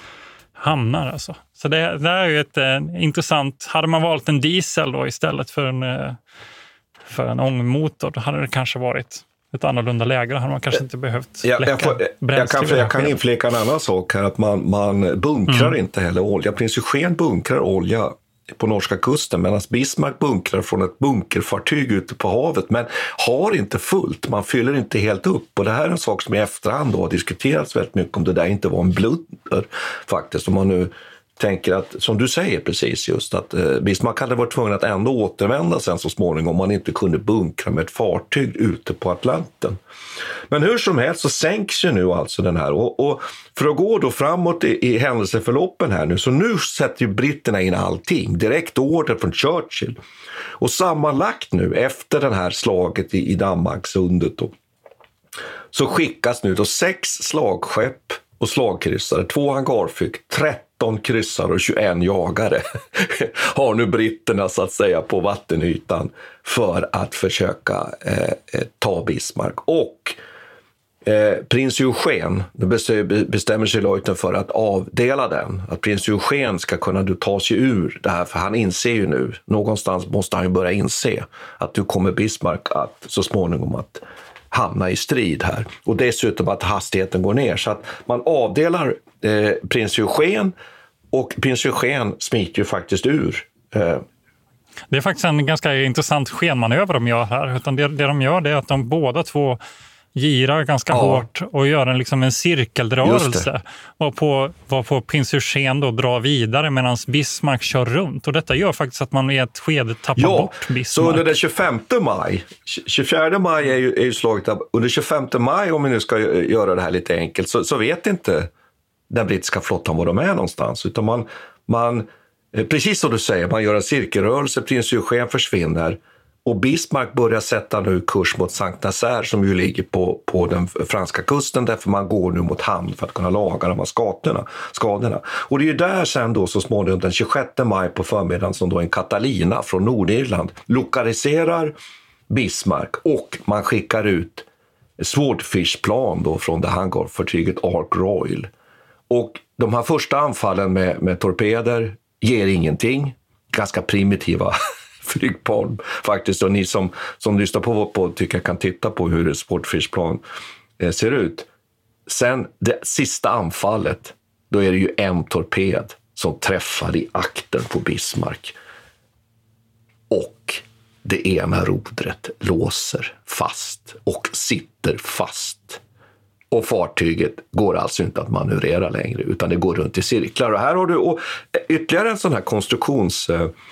hamnar alltså. Så det, det är ju ett eh, intressant, hade man valt en diesel då istället för en, eh, för en ångmotor, då hade det kanske varit ett annorlunda läge, då hade man kanske inte behövt ja, läcka jag, får, jag kan, jag kan inflika en annan sak här, att man, man bunkrar mm. inte heller olja. Prins Eugen bunkrar olja på norska kusten, medan Bismarck bunkrar från ett bunkerfartyg ute på havet, men har inte fullt, man fyller inte helt upp. Och det här är en sak som i efterhand då har diskuterats väldigt mycket, om det där inte var en blunder faktiskt. Om man nu tänker att, som du säger precis just, att eh, Bismarck hade varit tvungen att ändå återvända sen så småningom om man inte kunde bunkra med ett fartyg ute på Atlanten. Men hur som helst så sänks ju nu alltså den här, och, och för att gå då framåt i, i händelseförloppen här nu, så nu sätter ju britterna in allting, direkt order från Churchill. Och sammanlagt nu efter den här slaget i, i Danmarksundet då, så skickas nu då sex slagskepp och slagkryssare, två hangarflyg, tretton kryssare och tjugoen jagare har nu britterna så att säga på vattenytan för att försöka eh, ta Bismarck. Och eh, prins Eugen, då bestämmer sig Leuthen för att avdela den. Att prins Eugen ska kunna du ta sig ur det här, för han inser ju nu, någonstans måste han ju börja inse att du kommer Bismarck att så småningom att hamna i strid här. Och dessutom att hastigheten går ner. Så att man avdelar eh, prins Eugen, och prins Eugen smiter ju faktiskt ur. Eh. Det är faktiskt en ganska intressant skenmanöver de gör här. Utan det, det de gör det är att de båda två girar ganska ja. hårt och gör en, liksom en cirkelrörelse. Och på, vad på prins Eugen då drar vidare medan Bismarck kör runt. Och detta gör faktiskt att man i ett skede tappar ja, bort Bismarck. Så under den tjugofemte maj, tjugofjärde maj är ju, är ju slaget av, under tjugofemte maj, om vi nu ska göra det här lite enkelt, så, så vet inte den brittiska flottan var de är någonstans. Utan man, man, precis som du säger, man gör en cirkelrörelse, prins Eugen försvinner. Och Bismarck börjar sätta nu kurs mot Saint-Nazaire, som ju ligger på, på den franska kusten, därför man går nu mot hamn för att kunna laga de här skadorna. skadorna. Och det är ju där sen då så småningom den tjugosjätte maj på förmiddagen som då en Catalina från Nordirland lokaliserar Bismarck, och man skickar ut Swordfish-plan då från det hangarfartyget Ark Royal. Och de här första anfallen med, med torpeder ger ingenting, ganska primitiva flygplan faktiskt, och ni som, som lyssnar på vår podd tycker jag kan titta på hur ett Swordfish-plan eh, ser ut. Sen det sista anfallet, då är det ju en torped som träffar i akten på Bismarck, och det ena rodret låser fast och sitter fast. Och fartyget går alltså inte att manövrera längre, utan det går runt i cirklar. Och här har du och ytterligare en sån här konstruktions...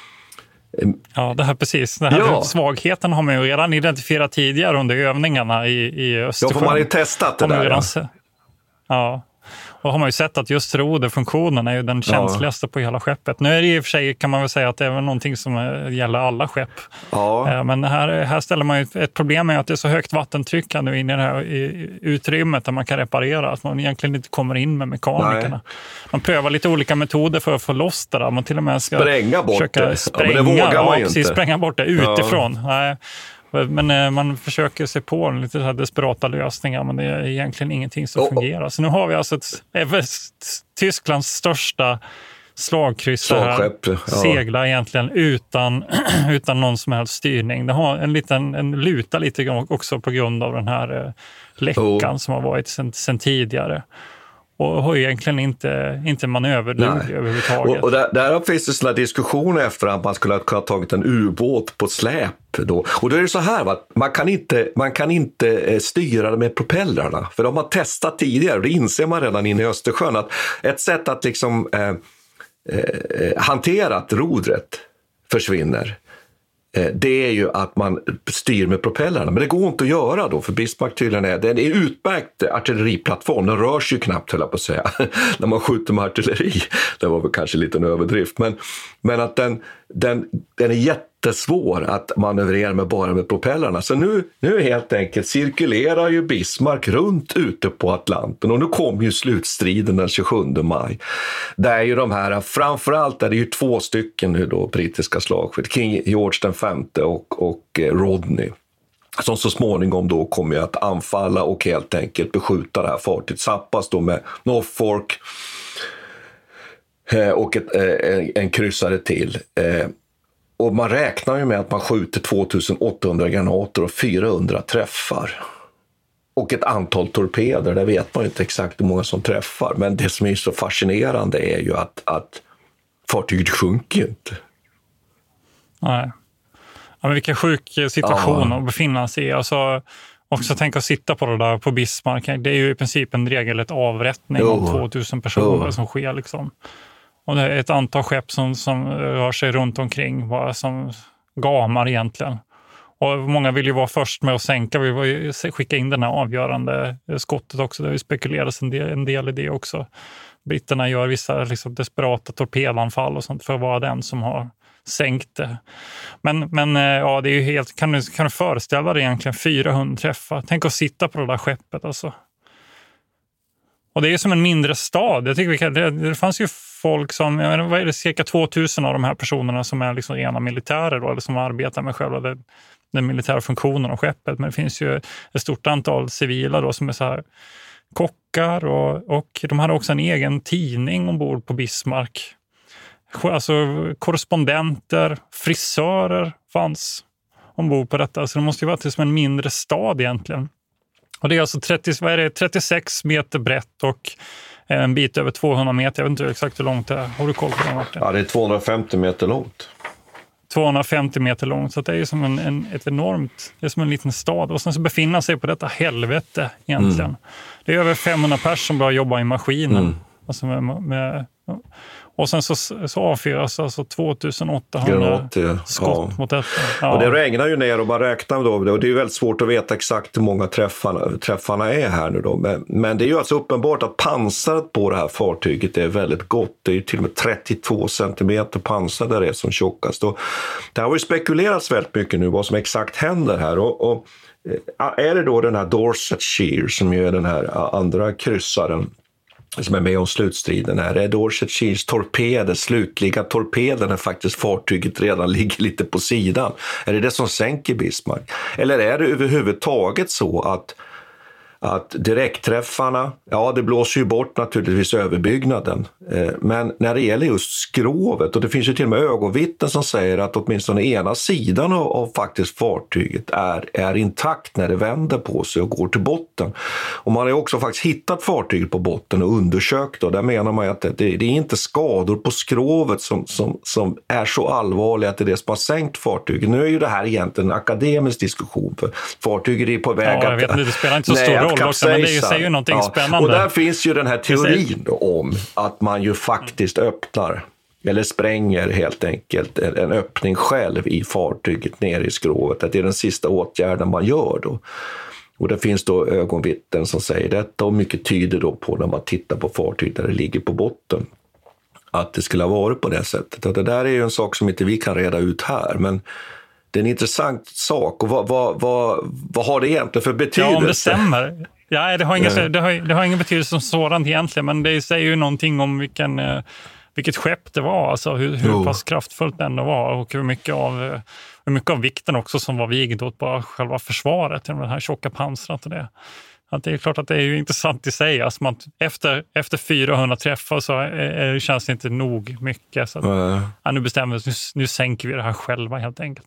Ja, det här precis. Den här ja. svagheten har man ju redan identifierat tidigare under övningarna i, i Östersjön. Ja, för man har ju testat det där. Redan, ja. ja. Och har man ju sett att just roderfunktionen är ju den känsligaste ja. på hela skeppet. Nu är det i och för sig, kan man väl säga, att det är någonting som gäller alla skepp. Ja. Men här, här ställer man ju ett problem med att det är så högt vattentryck nu inne i det här utrymmet där man kan reparera, att man egentligen inte kommer in med mekanikerna. Nej. Man prövar lite olika metoder för att få loss det där. Man till och med ska spränga bort det. Spränga, ja, men det vågar man ja, ju precis, inte. Spränga bort det utifrån. Ja. Nej. Men man försöker se på en lite så här desperata lösningar, men det är egentligen ingenting som oh. fungerar. Så nu har vi alltså ett, ett, Tysklands största slagkryssare här, ja. seglar egentligen utan, utan någon som helst styrning. Det har en liten en luta lite också på grund av den här läckan oh. som har varit sen, sen tidigare. Och har egentligen inte, inte manöverduglig överhuvudtaget. Och, och där, där finns det sådana diskussioner efter att man skulle ha kunnat tagit en ubåt på släp då. Och då är det så här, va? Man kan inte, man kan inte styra med propellrarna. För de har testat tidigare, det inser man redan inne i Östersjön, att ett sätt att liksom eh, eh, hantera att rodret försvinner, det är ju att man styr med propellrarna. Men det går inte att göra då, för Bismarck tydligen är, det är en utmärkt artilleriplattform. Den rör sig ju knappt, höll jag på att säga, när man skjuter med artilleri. Det var väl kanske lite en överdrift. Men, men att den, den, den är jättesvår att manövrera med bara med propellrarna. Så nu, nu helt enkelt cirkulerar ju Bismarck runt ute på Atlanten. Och nu kommer ju slutstriden den tjugosjunde maj. Där är ju de här, framförallt är det ju två stycken nu då, brittiska slagskepp. King George den femte och, och Rodney. Som så småningom då kommer att anfalla och helt enkelt beskjuta det här fartyget. Zappas då med Norfolk och ett, en, en kryssare till. Och man räknar ju med att man skjuter tvåtusen åttahundra granater och fyrahundra träffar. Och ett antal torpeder, där vet man inte exakt hur många som träffar. Men det som är så fascinerande är ju att, att fartyget sjunker inte. Nej. Ja, men vilken sjuk situation ja. att befinna sig i. Alltså, också tänka att sitta på det där på Bismarck. Det är ju i princip en regelrätt avrättning oh. om tvåtusen personer oh. som sker liksom. Och det är ett antal skepp som, som rör sig runt omkring, bara som gamar egentligen. Och många vill ju vara först med att sänka, vi vill skicka in den här avgörande skottet också. Det har ju spekulerats en del, en del i det också. Britterna gör vissa liksom, desperata torpedanfall och sånt för att vara den som har sänkt det. Men, men ja, det är ju helt, kan du, kan du föreställa dig egentligen fyrahundra träffar? Tänk att sitta på det där skeppet alltså. Och det är som en mindre stad. Jag tycker vi kan, det, det fanns ju folk som, jag menar, vad är det, cirka tvåtusen av de här personerna som är liksom rena militärer då, eller som arbetar med själva det, den militära funktionen av skeppet. Men det finns ju ett stort antal civila då som är så här kockar och, och de hade också en egen tidning ombord på Bismarck. Alltså korrespondenter, frisörer fanns ombord på detta. Så det måste ju vara till som en mindre stad egentligen. Och det är alltså trettio, vad är det, trettiosex meter brett och en bit över tvåhundra meter. Jag vet inte exakt hur långt det är. Har du koll på det, Martin? Ja, det är tvåhundrafemtio meter långt. tvåhundrafemtio meter långt, så det är ju som en, en, ett enormt, det är som en liten stad. Och sen så befinner sig på detta helvete egentligen. Mm. Det är över femhundra personer som börjar jobba i maskinen. Mm. Alltså med, med, och sen så, så avfyras alltså tvåtusenåttahundra Granat, ja. skott ja. mot detta. Ja. Och det regnar ju ner och man räknar då, och det är ju väldigt svårt att veta exakt hur många träffarna, träffarna är här nu då. Men, men det är ju alltså uppenbart att pansaret på det här fartyget är väldigt gott. Det är ju till och med trettiotvå centimeter pansar där det är som tjockast. Och det har ju spekulerats väldigt mycket nu vad som exakt händer här. Och, och är det då den här Dorsetshire som ju är den här andra kryssaren som är med om slutstriden här, är Dorsetshires torpeder, slutliga torpeden när faktiskt fartyget redan ligger lite på sidan. Är det det som sänker Bismarck? Eller är det överhuvudtaget så att att direktträffarna, ja det blåser ju bort naturligtvis överbyggnaden. Eh, men när det gäller just skrovet, och det finns ju till och med ögonvittnen som säger att åtminstone ena sidan av, av faktiskt fartyget är, är intakt när det vänder på sig och går till botten. Och man har ju också faktiskt hittat fartyget på botten och undersökt, och där menar man att det, det är inte skador på skrovet som, som, som är så allvarliga att det är det som har sänkt fartyget. Nu är ju det här egentligen en akademisk diskussion, för fartyget är på väg ja, att... Jag vet inte, det spelar inte så stor roll. Också, men det säger ju någonting ja. spännande. Och där finns ju den här teorin då om att man ju faktiskt öppnar eller spränger helt enkelt en öppning själv i fartyget ner i skrovet. Att det är den sista åtgärden man gör då. Och det finns då ögonvittnen som säger detta, och mycket tyder då på när man tittar på fartyget där det ligger på botten att det skulle ha varit på det sättet. Och det där är ju en sak som inte vi kan reda ut här, men det är en intressant sak. Och vad, vad, vad, vad har det egentligen för betydelse? Ja, om det stämmer. Ja, det har ingen, det har, det har ingen betydelse som sådant egentligen, men det säger ju någonting om vilken, vilket skepp det var, alltså hur, hur pass kraftfullt den var, och hur mycket av, hur mycket av vikten också som var vigd åt bara själva försvaret, den här tjocka pansrat och det. Att det är klart att det är ju intressant i sig. Alltså man, efter, efter fyrahundra träffar så är, är, känns det inte nog mycket. Så att, mm. ja, nu bestämmer vi, nu, nu sänker vi det här själva helt enkelt.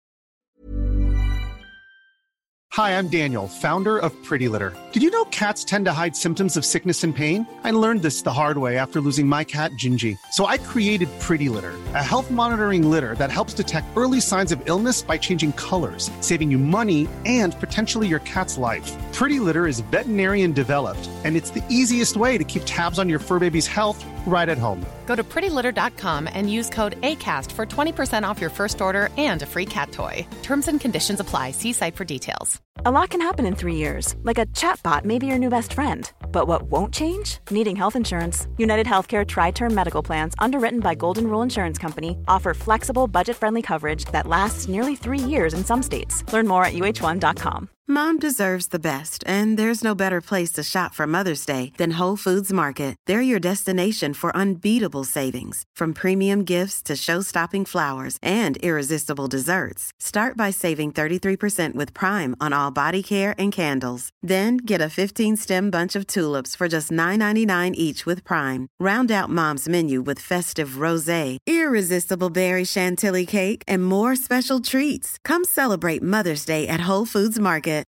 Hi, I'm Daniel, founder of Pretty Litter. Did you know cats tend to hide symptoms of sickness and pain? I learned this the hard way after losing my cat, Gingy. So I created Pretty Litter, a health monitoring litter that helps detect early signs of illness by changing colors, saving you money and potentially your cat's life. Pretty Litter is veterinarian developed, and it's the easiest way to keep tabs on your fur baby's health right at home. Go to pretty litter dot com and use code ACAST for twenty percent off your first order and a free cat toy. Terms and conditions apply. See site for details. A lot can happen in three years, like a chatbot may be your new best friend. But what won't change? Needing health insurance. United Healthcare Tri-Term Medical Plans, underwritten by Golden Rule Insurance Company, offer flexible, budget-friendly coverage that lasts nearly three years in some states. Learn more at U H one dot com. Mom deserves the best, and there's no better place to shop for Mother's Day than Whole Foods Market. They're your destination for unbeatable savings, from premium gifts to show-stopping flowers and irresistible desserts. Start by saving thirty-three percent with Prime on all body care and candles. Then get a fifteen-stem bunch of tulips for just nine ninety-nine each with Prime. Round out Mom's menu with festive rosé, irresistible berry chantilly cake, and more special treats. Come celebrate Mother's Day at Whole Foods Market.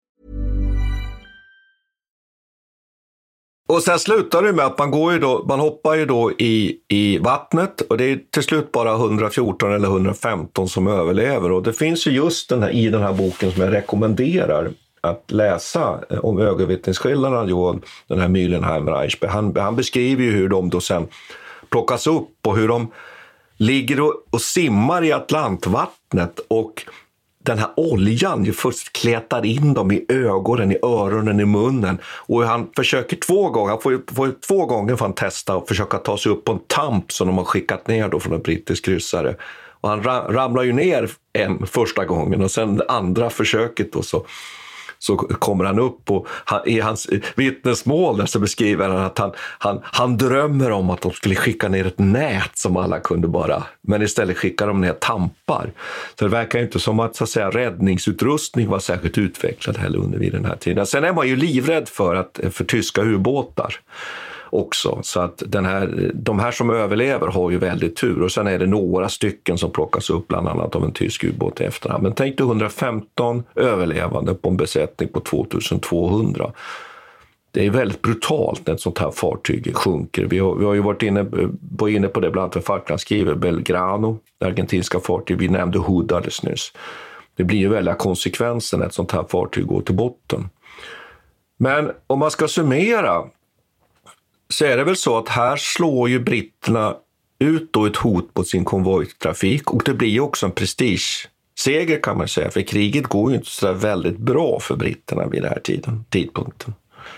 Och sen slutar det med att man går ju då, man hoppar ju då i, i vattnet, och det är till slut bara hundrafjorton eller hundrafemton som överlever. Och det finns ju just den här, i den här boken som jag rekommenderar att läsa om ögonvittnesskildringarna, Johan, den här Mühlenheimer Eichberg. Han, han beskriver ju hur de då sen plockas upp och hur de ligger och, och simmar i Atlantvattnet, och den här oljan ju först kletar in dem i ögonen, i öronen, i munnen. Och han försöker två gånger, han får, får två gånger för att testa och försöka ta sig upp på en tamp som de har skickat ner då från en brittisk kryssare. Och han ra- ramlar ju ner en första gången, och sen det andra försöket då så, så kommer han upp och han, i hans vittnesmål där så beskriver han att han, han, han drömmer om att de skulle skicka ner ett nät som alla kunde bara, men istället skickar de ner tampar. Så det verkar inte som att, så att säga, räddningsutrustning var särskilt utvecklad heller under vid den här tiden. Sen är man ju livrädd för, att, för tyska ubåtar också, så att den här, de här som överlever har ju väldigt tur, och sen är det några stycken som plockas upp bland annat av en tysk ubåt i efterhand. Men tänk dig hundrafemton överlevande på en besättning på tvåtusentvåhundra. Det är väldigt brutalt när ett sånt här fartyg sjunker. Vi har, vi har ju varit inne på, inne på det bland annat för Falklandskrivet, Belgrano, det argentinska fartyg, vi nämnde Hood alldeles nyss. Det blir ju väldiga konsekvenser när ett sånt här fartyg går till botten. Men om man ska summera så är det väl så att här slår ju britterna ut då ett hot på sin konvojtrafik, och det blir ju också en prestigeseger kan man säga, för kriget går ju inte så väldigt bra för britterna vid den här tiden, tidpunkten.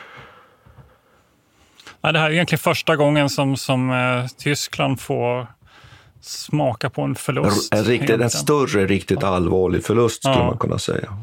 Ja, det här är egentligen första gången som, som eh, Tyskland får smaka på en förlust. En, riktigt, en större, riktigt allvarlig förlust skulle ja. man kunna säga.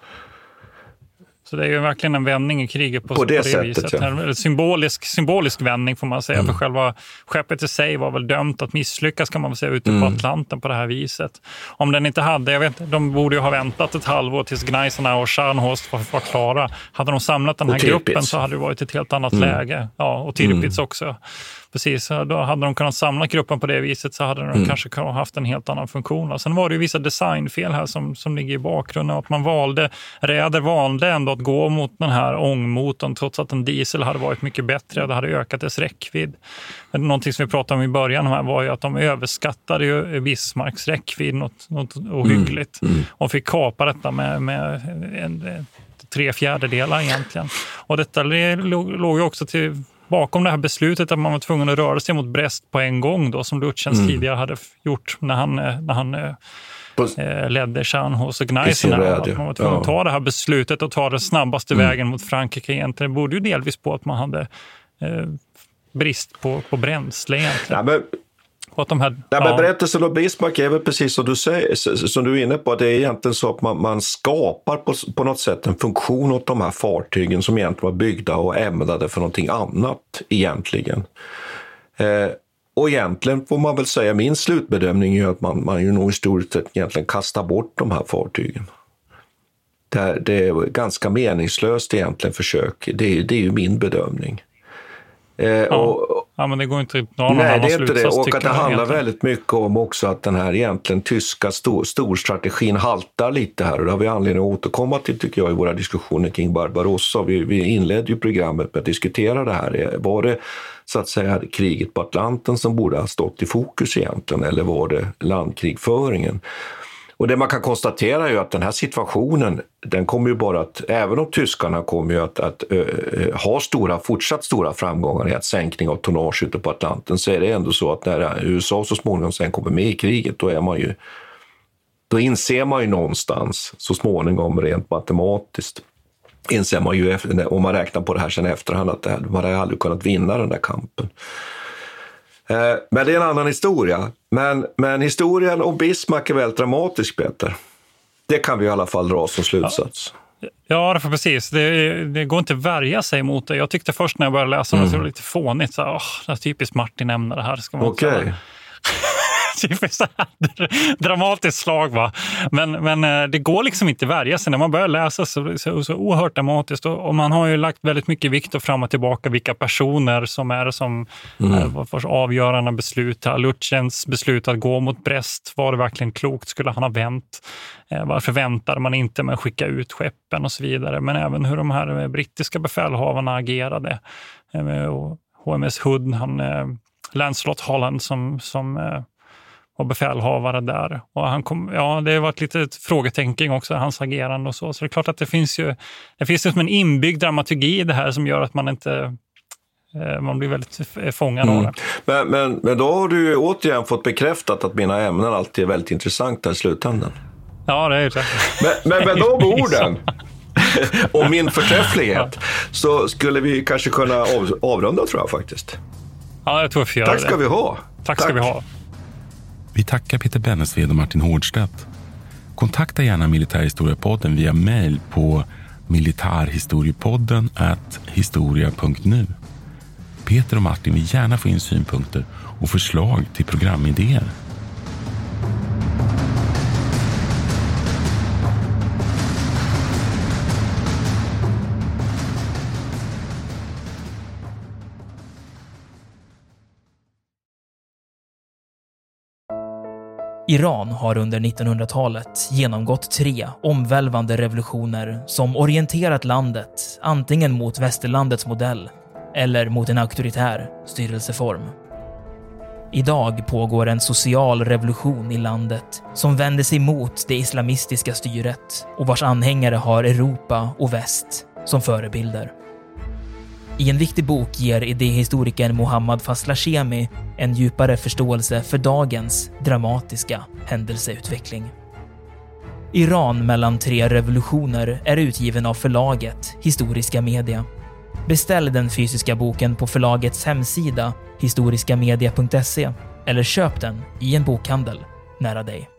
Så det är ju verkligen en vändning i kriget på, på det, på det sättet, viset. Ja. En symbolisk, symbolisk vändning får man säga. Mm. För själva skeppet i sig var väl dömt att misslyckas kan man väl säga ute mm. på Atlanten på det här viset. Om den inte hade, jag vet de borde ju ha väntat ett halvår tills Gneisenau och Scharnhorst var, var klara. Hade de samlat den här gruppen så hade det varit ett helt annat mm. läge. Ja, och Tirpitz mm. också. Precis, då hade de kunnat samla gruppen på det viset så hade de mm. kanske kunnat haft en helt annan funktion. Och sen var det ju vissa designfel här som, som ligger i bakgrunden. Att man valde, Räder valde ändå att gå mot den här ångmotorn trots att en diesel hade varit mycket bättre och det hade ökat dess räckvidd. Någonting som vi pratade om i början här var ju att de överskattade ju Bismarcks räckvidd något, något ohyggligt. Mm. Mm. Och fick kapa detta med, med en, en, tre fjärdedelar egentligen. Och detta låg ju också till... bakom det här beslutet att man var tvungen att röra sig mot Brest på en gång då, som Lutjens mm. tidigare hade gjort när han, när han på, eh, ledde Scharnhorst och Gneisenau. Att man var tvungen ja. att ta det här beslutet och ta den snabbaste mm. vägen mot Frankrike egentligen. Det borde ju delvis på att man hade eh, brist på, på bränsle egentligen. Ja, men... Att de här, ja, men berättelsen om Bismarck är väl precis som du säger, som du är inne på, att det är egentligen så att man, man skapar på, på något sätt en funktion åt de här fartygen som egentligen var byggda och ämnade för någonting annat egentligen. Eh, och egentligen får man väl säga, min slutbedömning är att man, man ju nog i stort sett egentligen kastar bort de här fartygen. Det, det är ganska meningslöst egentligen försök, det, det är ju min bedömning. Eh, ja. och, Ja, men det går inte att någon Nej, annan det är inte det. Och att det handlar egentligen. väldigt mycket om också att den här egentligen tyska stor, storstrategin haltar lite här. Och det har vi anledning att återkomma till, tycker jag, i våra diskussioner kring Barbarossa. Vi, vi inledde ju programmet med att diskutera det här. Var det så att säga kriget på Atlanten som borde ha stått i fokus egentligen, eller var det landkrigföringen? Och det man kan konstatera är ju att den här situationen, den kommer ju bara att, även om tyskarna kommer ju att, att ö, ha stora, fortsatt stora framgångar i att sänkning av tonnage ute på Atlanten, så är det ändå så att när U S A så småningom sen kommer med i kriget, då är man ju, då inser man ju någonstans så småningom rent matematiskt, inser man ju, om man räknar på det här sen efterhand, att det, man har aldrig kunnat vinna den där kampen. Men det är en annan historia. Men, men historien om Bismarck är väldigt dramatisk, Peter. Det kan vi i alla fall dra som slutsats. Ja, ja det för precis. Det, det går inte att värja sig mot det. Jag tyckte först när jag började läsa mm. det så var det lite fånigt. Så, åh, det är typiskt Martin ämnar det här. Ska man Okej. Okay. Typiskt dramatiskt slag, va? Men, men det går liksom inte värja sig när man börjar läsa så, så, så oerhört dramatiskt. Och, och man har ju lagt väldigt mycket vikt och fram och tillbaka vilka personer som är som mm. är för avgörande beslut. Lutjens beslut att gå mot Brest, var det verkligen klokt? Skulle han ha vänt? Varför väntade man inte med att skicka ut skeppen och så vidare? Men även hur de här brittiska befälhavarna agerade. Och H M S Hood, han, Lancelot Holland som... som och befälhavare där. Och han kom, ja, det har varit lite frågetecken också, hans agerande och så. Så det är klart att det finns ju det finns ju som en inbyggd dramaturgi i det här som gör att man inte eh, man blir väldigt fångad mm. av det. Men, men, men då har du återigen fått bekräftat att mina ämnen alltid är väldigt intressanta i slutändan. Ja, det är ju det. Men, men med de orden och min förträfflighet så skulle vi kanske kunna av, avrunda, tror jag faktiskt. Ja, jag tror vi får göra det. Tack ska vi ha. Tack ska Tack. vi ha. Vi tackar Peter Bennesved och Martin Hårdstedt. Kontakta gärna Militärhistoriepodden via mejl på militarhistoriepodden at historia punkt nu. Peter och Martin vill gärna få in synpunkter och förslag till programidéer. Iran har under nittonhundratalet genomgått tre omvälvande revolutioner som orienterat landet antingen mot västerlandets modell eller mot en auktoritär styrelseform. Idag pågår en social revolution i landet som vänder sig mot det islamistiska styret och vars anhängare har Europa och väst som förebilder. I en viktig bok ger idéhistorikern Mohammad Faslashemi en djupare förståelse för dagens dramatiska händelseutveckling. Iran mellan tre revolutioner är utgiven av förlaget Historiska Media. Beställ den fysiska boken på förlagets hemsida historiskamedia punkt se eller köp den i en bokhandel nära dig.